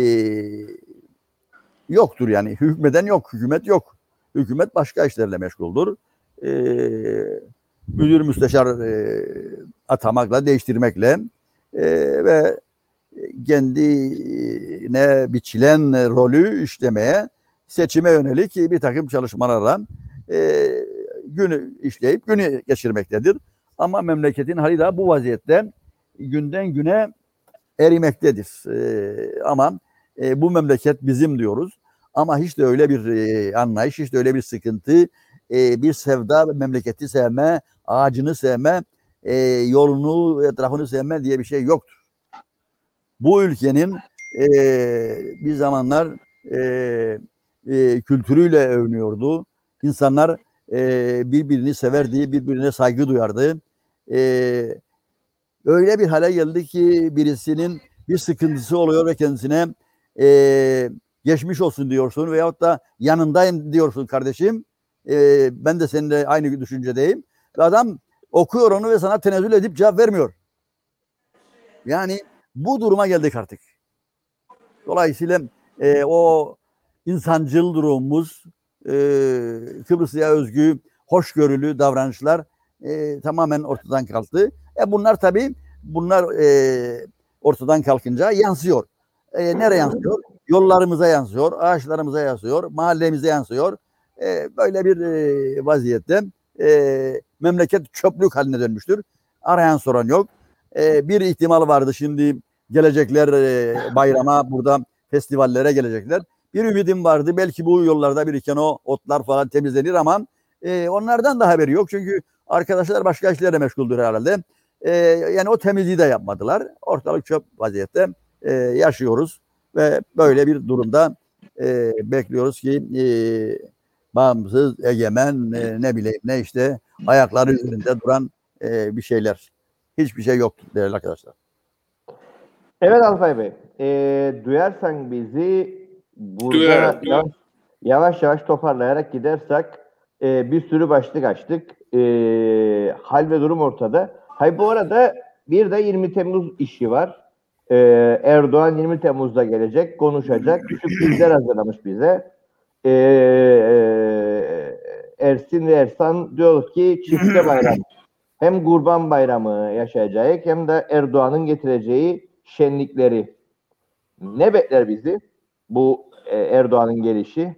yoktur yani. Hükmeden yok, hükümet yok. Hükümet başka işlerle meşguldür. E, müdür müsteşar e, atamakla, değiştirmekle e, ve kendine biçilen rolü işlemeye, seçime yönelik bir takım çalışmalarla e, günü işleyip günü geçirmektedir. Ama memleketin hali da bu vaziyette günden güne erimektedir. E, ama e, bu memleket bizim diyoruz. Ama hiç de öyle bir e, anlayış, hiç de öyle bir sıkıntı, e, bir sevda, memleketi sevme, ağacını sevme, e, yolunu, etrafını sevme diye bir şey yoktur. Bu ülkenin e, bir zamanlar e, e, kültürüyle övünüyordu. İnsanlar e, birbirini severdi, birbirine saygı duyardı. E, öyle bir hale geldi ki birisinin bir sıkıntısı oluyor ve kendisine e, geçmiş olsun diyorsun veyahut da yanındayım diyorsun kardeşim. E, ben de seninle aynı düşüncedeyim. Ve adam okuyor onu ve sana tenezzül edip cevap vermiyor. Yani bu duruma geldik artık. Dolayısıyla e, o insancıl durumumuz, e, Kıbrıs'a özgü hoşgörülü davranışlar e, tamamen ortadan kalktı. E bunlar tabii bunlar e, ortadan kalkınca yansıyor. E, nereye yansıyor? Yollarımıza yansıyor, ağaçlarımıza yansıyor, mahallemize yansıyor. E, böyle bir e, vaziyette e, memleket çöplük haline dönmüştür. Arayan soran yok. E, bir ihtimal vardı şimdi gelecekler e, bayrama burada festivallere gelecekler. Bir ümidim vardı belki bu yollarda biriken o otlar falan temizlenir ama e, onlardan da haberi yok. Çünkü arkadaşlar başka işlerle meşguldür herhalde. E, yani o temizliği de yapmadılar. Ortalık çöp vaziyette e, yaşıyoruz ve böyle bir durumda e, bekliyoruz ki e, bağımsız, egemen, e, ne bileyim ne işte ayakları üzerinde duran e, bir şeyler. Hiçbir şey yok değerli arkadaşlar. Evet Alpay Bey, e, duyarsan bizi burada Duyarım, yavaş, yavaş yavaş toparlayarak gidersek e, bir sürü başlık açtık. E, hal ve durum ortada. Hay bu arada bir de yirmi Temmuz işi var. E, Erdoğan yirmi Temmuz'da gelecek, konuşacak. Sürprizler hazırlamış bize. E, e, Ersin ve Ersan diyor ki çifte bayram. Hem Kurban Bayramı yaşayacak hem de Erdoğan'ın getireceği şenlikleri. Ne bekler bizi bu e, Erdoğan'ın gelişi?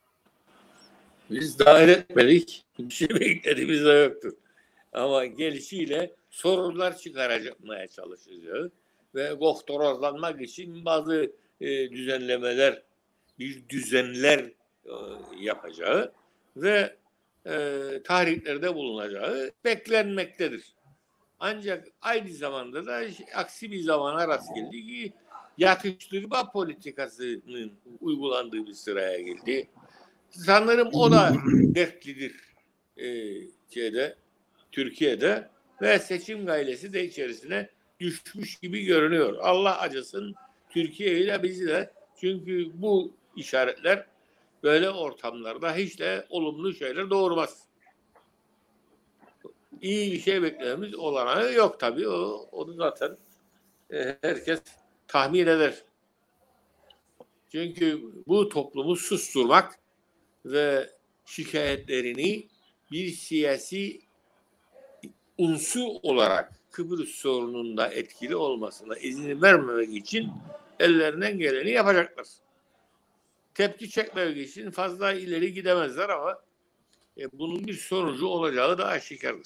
Biz dahil etmedik. Bir şey beklediğimiz de yoktur. Ama gelişiyle sorunlar çıkarmaya çalışacağız. Ve doktorozlanmak için bazı e, düzenlemeler, bir düzenler e, yapacağı ve e, tarihlerde bulunacağı beklenmektedir. Ancak aynı zamanda da aksi bir zamana rast geldi ki yatıştırma politikasının uygulandığı bir sıraya geldi. Sanırım o da dertlidir e, şeyde, Türkiye'de ve seçim gailesi de içerisine düşmüş gibi görünüyor. Allah acısın Türkiye'yi de bizi de. Çünkü bu işaretler böyle ortamlarda hiç de olumlu şeyler doğurmaz. İyi bir şey beklememiz olanağı yok tabii. O, onu zaten e, herkes tahmin eder. Çünkü bu toplumu susturmak ve şikayetlerini bir siyasi unsur olarak Kıbrıs sorununda etkili olmasına izin vermemek için ellerinden geleni yapacaklar. Tepki çekmemek için fazla ileri gidemezler ama e, bunun bir sonucu olacağı da aşikardır.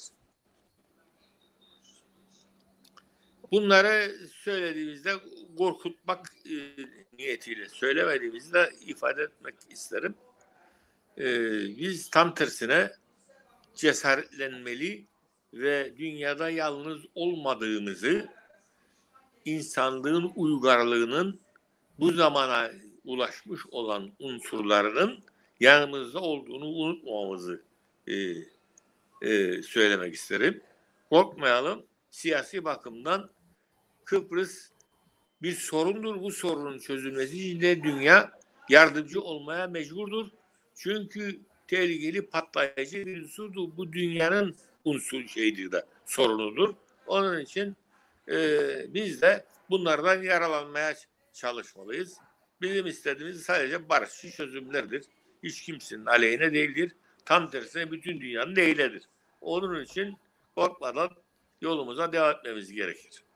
Bunları söylediğimizde korkutmak e, niyetiyle söylemediğimizde ifade etmek isterim. E, biz tam tersine cesaretlenmeli ve dünyada yalnız olmadığımızı, insanlığın uygarlığının bu zamana ulaşmış olan unsurlarının yanımızda olduğunu unutmamamızı e, e, söylemek isterim. Korkmayalım. Siyasi bakımdan Kıbrıs bir sorundur. Bu sorunun çözülmesi için de dünya yardımcı olmaya mecburdur. Çünkü tehlikeli, patlayıcı bir unsurdur. Bu dünyanın unsur şeydir de sorunudur. Onun için e, biz de bunlardan yaralanmaya çalışmalıyız. Bizim istediğimiz sadece barışçı çözümlerdir. Hiç kimsenin aleyhine değildir. Tam tersine bütün dünyanın lehinedir. Onun için korkmadan yolumuza devam etmemiz gerekir.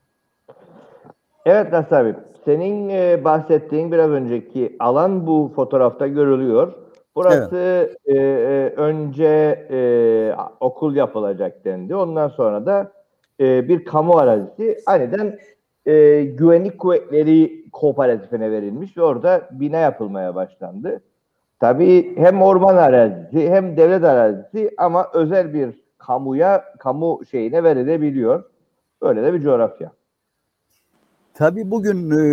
Evet Nasır abi, senin e, bahsettiğin biraz önceki alan bu fotoğrafta görülüyor. Burası evet. e, e, önce e, okul yapılacak dendi. Ondan sonra da e, bir kamu arazisi aniden e, güvenlik kuvvetleri kooperatifine verilmiş ve orada bina yapılmaya başlandı. Tabii hem orman arazisi hem devlet arazisi ama özel bir kamuya, kamu şeyine verilebiliyor. Böyle de bir coğrafya. Tabii bugün e,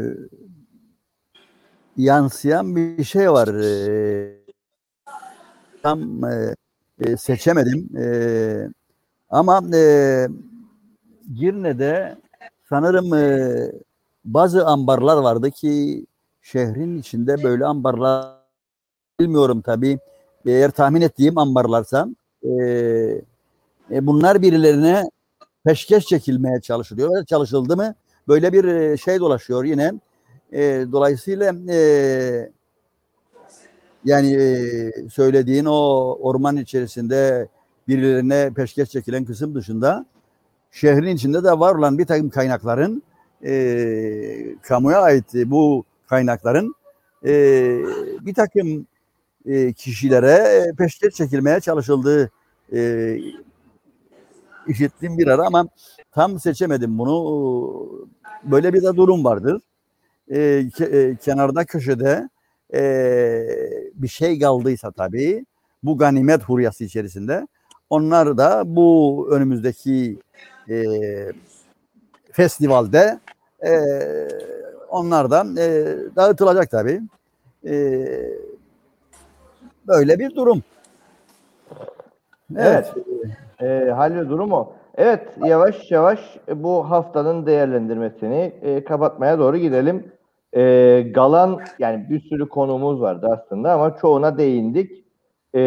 yansıyan bir şey var. E, tam e, e, seçemedim. E, ama e, Girne'de sanırım e, bazı ambarlar vardı ki şehrin içinde böyle ambarlar, bilmiyorum tabii. Eğer tahmin ettiğim ambarlarsa e, e, bunlar birilerine peşkeş çekilmeye çalışılıyor. Çalışıldı mı? Böyle bir şey dolaşıyor yine. E, dolayısıyla e, yani e, söylediğin o orman içerisinde birilerine peşkeş çekilen kısım dışında şehrin içinde de var olan bir takım kaynakların e, kamuya ait bu kaynakların e, bir takım e, kişilere peşkeş çekilmeye çalışıldığı e, işittim bir ara ama tam seçemedim bunu. Böyle bir de durum vardır. E, ke, e, kenarda köşede e, bir şey kaldıysa tabii bu ganimet furyası içerisinde onlar da bu önümüzdeki e, festivalde e, onlardan e, dağıtılacak tabii. E, böyle bir durum. Evet. evet. E, Halil durum o. Evet, yavaş yavaş bu haftanın değerlendirmesini e, kapatmaya doğru gidelim. E, Galan, yani bir sürü konumuz vardı aslında ama çoğuna değindik. E,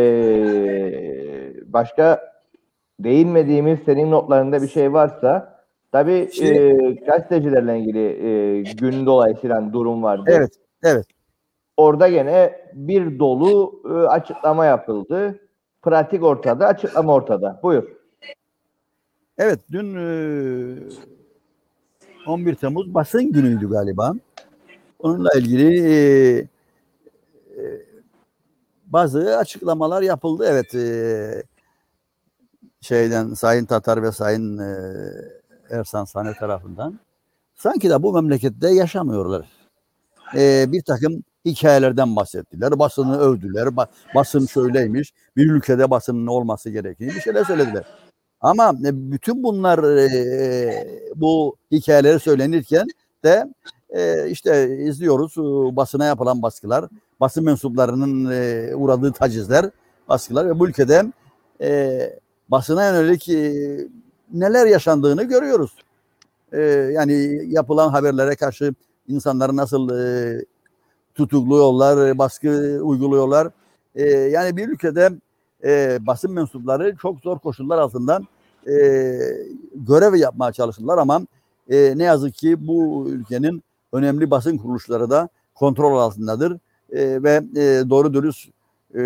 başka değinmediğimiz, senin notlarında bir şey varsa, tabii şey, e, gazetecilerle ilgili e, gün dolayısıyla durum vardı. Evet, evet. Orada gene bir dolu e, açıklama yapıldı. Pratik ortada, açıklama ortada. Buyur. Evet, dün e, on bir Temmuz basın günüydü galiba. Onunla ilgili e, e, bazı açıklamalar yapıldı. Evet, e, şeyden Sayın Tatar ve Sayın e, Ersan Sane tarafından. Sanki de bu memlekette yaşamıyorlar. E, bir takım hikayelerden bahsettiler. Basını övdüler. Ba- basın şöyleymiş. Bir ülkede basının olması gerektiğini bir şeyler söylediler. Ama bütün bunlar e, bu hikayeleri söylenirken de e, işte izliyoruz e, basına yapılan baskılar, basın mensuplarının e, uğradığı tacizler, baskılar ve bu ülkede e, basına yönelik e, neler yaşandığını görüyoruz. E, yani yapılan haberlere karşı insanların nasıl e, tutukluyorlar, baskı uyguluyorlar. E, yani bir ülkede e, basın mensupları çok zor koşullar altında e, görev yapmaya çalışırlar ama e, ne yazık ki bu ülkenin önemli basın kuruluşları da kontrol altındadır e, ve e, doğru dürüst e,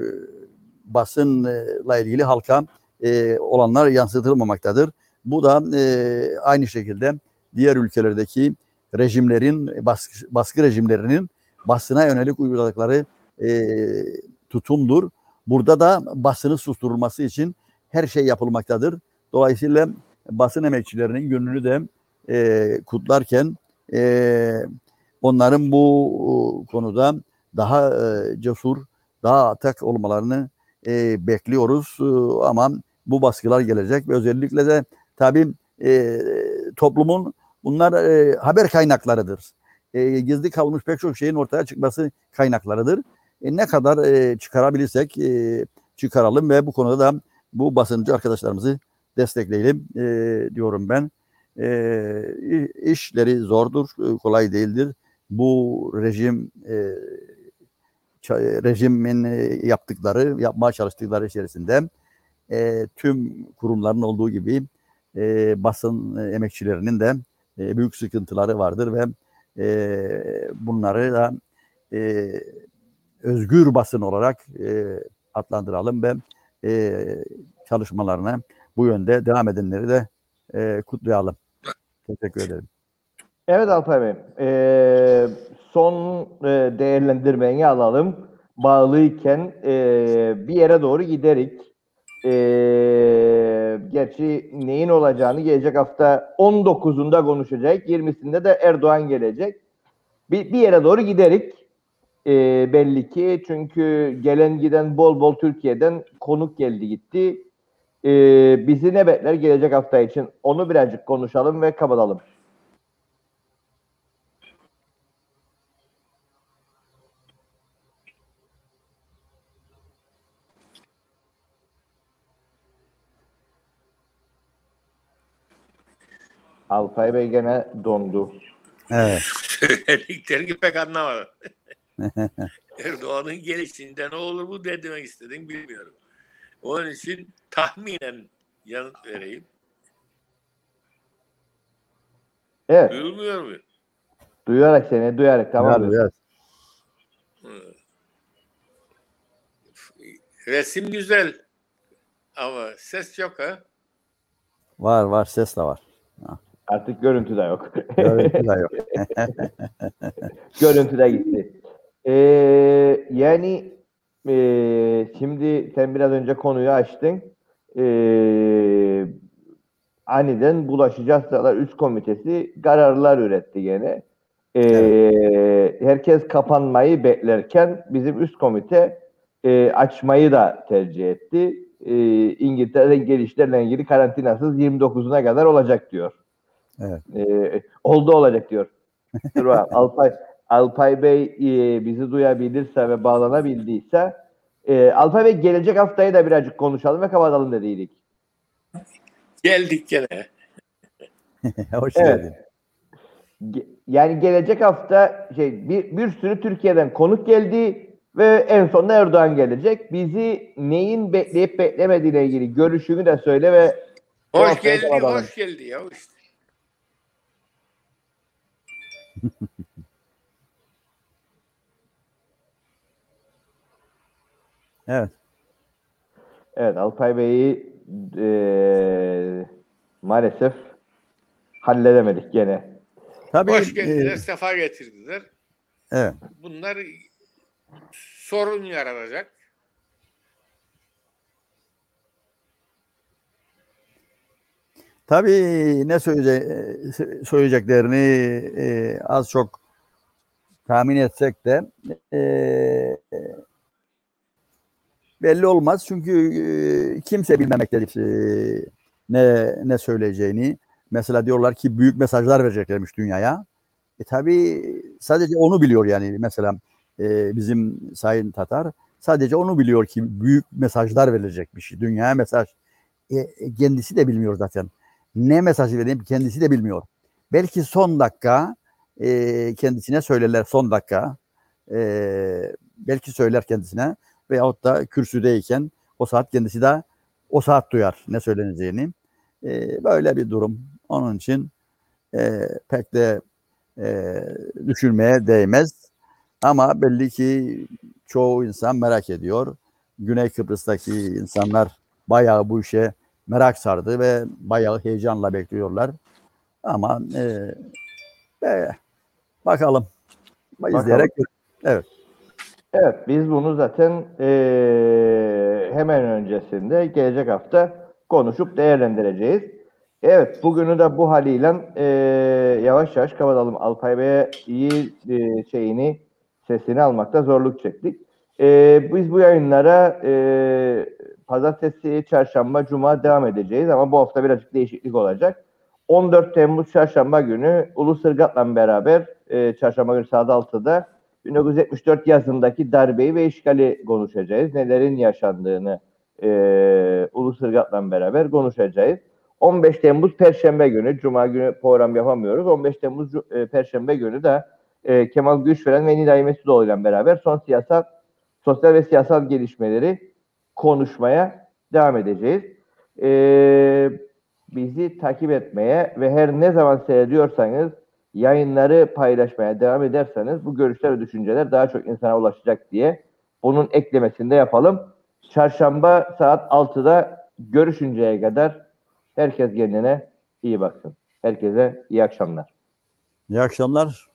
basınla ilgili halka e, olanlar yansıtılmamaktadır. Bu da e, aynı şekilde diğer ülkelerdeki rejimlerin, baskı, baskı rejimlerinin basına yönelik uyguladıkları e, tutumdur. Burada da basını susturulması için her şey yapılmaktadır. Dolayısıyla basın emekçilerinin gönlünü de e, kutlarken e, onların bu konuda daha e, cesur, daha atak olmalarını e, bekliyoruz. E, ama bu baskılar gelecek ve özellikle de tabii e, toplumun bunlar e, haber kaynaklarıdır. E, gizli kalmış pek çok şeyin ortaya çıkması kaynaklarıdır. E, ne kadar e, çıkarabilirsek e, çıkaralım ve bu konuda da bu basıncı arkadaşlarımızı destekleyelim e, diyorum ben. E, işleri zordur, kolay değildir. Bu rejim e, rejimin yaptıkları, yapmaya çalıştıkları içerisinde e, tüm kurumların olduğu gibi e, basın emekçilerinin de e, büyük sıkıntıları vardır ve e, bunları da e, özgür basın olarak e, adlandıralım ve e, çalışmalarına bu yönde devam edenleri de e, kutlayalım. Teşekkür ederim. Evet Alpay Bey, ee, son e, değerlendirmeni alalım. Bağlıyken e, bir yere doğru giderik. E, gerçi neyin olacağını gelecek hafta on dokuzunda konuşacak, yirmisinde de Erdoğan gelecek. Bir, bir yere doğru giderik. E, belli ki çünkü gelen giden bol bol Türkiye'den konuk geldi gitti. E, bizi ne bekler gelecek hafta için? Onu birazcık konuşalım ve kapatalım. Alpay Bey gene dondu. Evet. Söylediklerini pek anlamadım. Erdoğan'ın gelişinde ne olur bu ne demek istediğini bilmiyorum. Onun için tahminen yanıt vereyim. Evet. Duyulmuyor mu? Duyarak seni, duyarak tamam. Duyar, duyar. Resim güzel ama ses yok ha. Var var, ses de var. Artık görüntü de yok. Görüntü de yok. Görüntü de gitti. Ee, yani e, şimdi sen biraz önce konuyu açtın. Ee, aniden Bulaşıcı Hastalıklar Üst Komitesi kararlar üretti gene. Ee, evet. Herkes kapanmayı beklerken bizim üst komite e, açmayı da tercih etti. E, İngiltere gelişlerle ilgili karantinasız yirmi dokuzuna kadar olacak diyor. Evet. E, oldu olacak diyor. Dur bakalım. Alpay, Alpay Bey e, bizi duyabilirse ve bağlanabildiyse e, Alpay Bey gelecek haftayı da birazcık konuşalım ve kapatalım dediydik. Geldik gene. Hoş evet. geldin. Yani gelecek hafta şey bir, bir sürü Türkiye'den konuk geldi ve en sonunda Erdoğan gelecek. Bizi neyin bekleyip beklemediğine ilgili görüşünü de söyle ve hoş geldi, hoş geldi ya işte. Evet. Evet, Alpay Bey'i e, maalesef halledemedik gene. Tabii, hoş geldiler, e, sefa getirdiler. Evet. Bunlar sorun yaratacak. Tabii ne söyleyecek, söyleyeceklerini e, az çok tahmin etsek de e, belli olmaz. Çünkü e, kimse bilmemektedir e, ne ne söyleyeceğini. Mesela diyorlar ki büyük mesajlar vereceklermiş dünyaya. E tabii sadece onu biliyor yani. Mesela e, bizim Sayın Tatar sadece onu biliyor ki büyük mesajlar verilecekmiş. Dünyaya mesaj. E, kendisi de bilmiyor zaten. Ne mesajı vereyim kendisi de bilmiyor. Belki son dakika e, kendisine söylerler son dakika. e, belki söyler kendisine veyahut da kürsüdeyken o saat kendisi de o saat duyar ne söyleneceğini. E, böyle bir durum. Onun için e, pek de e, düşünmeye değmez. Ama belli ki çoğu insan merak ediyor. Güney Kıbrıs'taki insanlar bayağı bu işe merak sardı ve bayağı heyecanla bekliyorlar. Ama e, e, bakalım. İzleyerek. Evet. Evet, biz bunu zaten eee, hemen öncesinde gelecek hafta konuşup değerlendireceğiz. Evet, bugünü de bu haliyle eee, yavaş yavaş kapatalım. Alpay Bey'e iyi eee, şeyini, sesini almakta zorluk çektik. Eee, biz bu yayınlara eee, pazartesi, çarşamba, cuma devam edeceğiz ama bu hafta birazcık değişiklik olacak. on dört Temmuz çarşamba günü Ulu Sırgat'la beraber eee, çarşamba günü saat altıda bin dokuz yüz yetmiş dört yazındaki darbeyi ve işgali konuşacağız. Nelerin yaşandığını e, Ulu Sırgat'la beraber konuşacağız. on beş Temmuz Perşembe günü, Cuma günü program yapamıyoruz. on beş Temmuz e, Perşembe günü de e, Kemal Güçveren ve Nilay Mesudoğlu ile beraber son siyasal, sosyal ve siyasal gelişmeleri konuşmaya devam edeceğiz. E, bizi takip etmeye ve her ne zaman seyrediyorsanız yayınları paylaşmaya devam ederseniz bu görüşler ve düşünceler daha çok insana ulaşacak diye bunun eklemesini de yapalım. Çarşamba saat altıda görüşünceye kadar herkes kendine iyi baksın. Herkese iyi akşamlar. İyi akşamlar.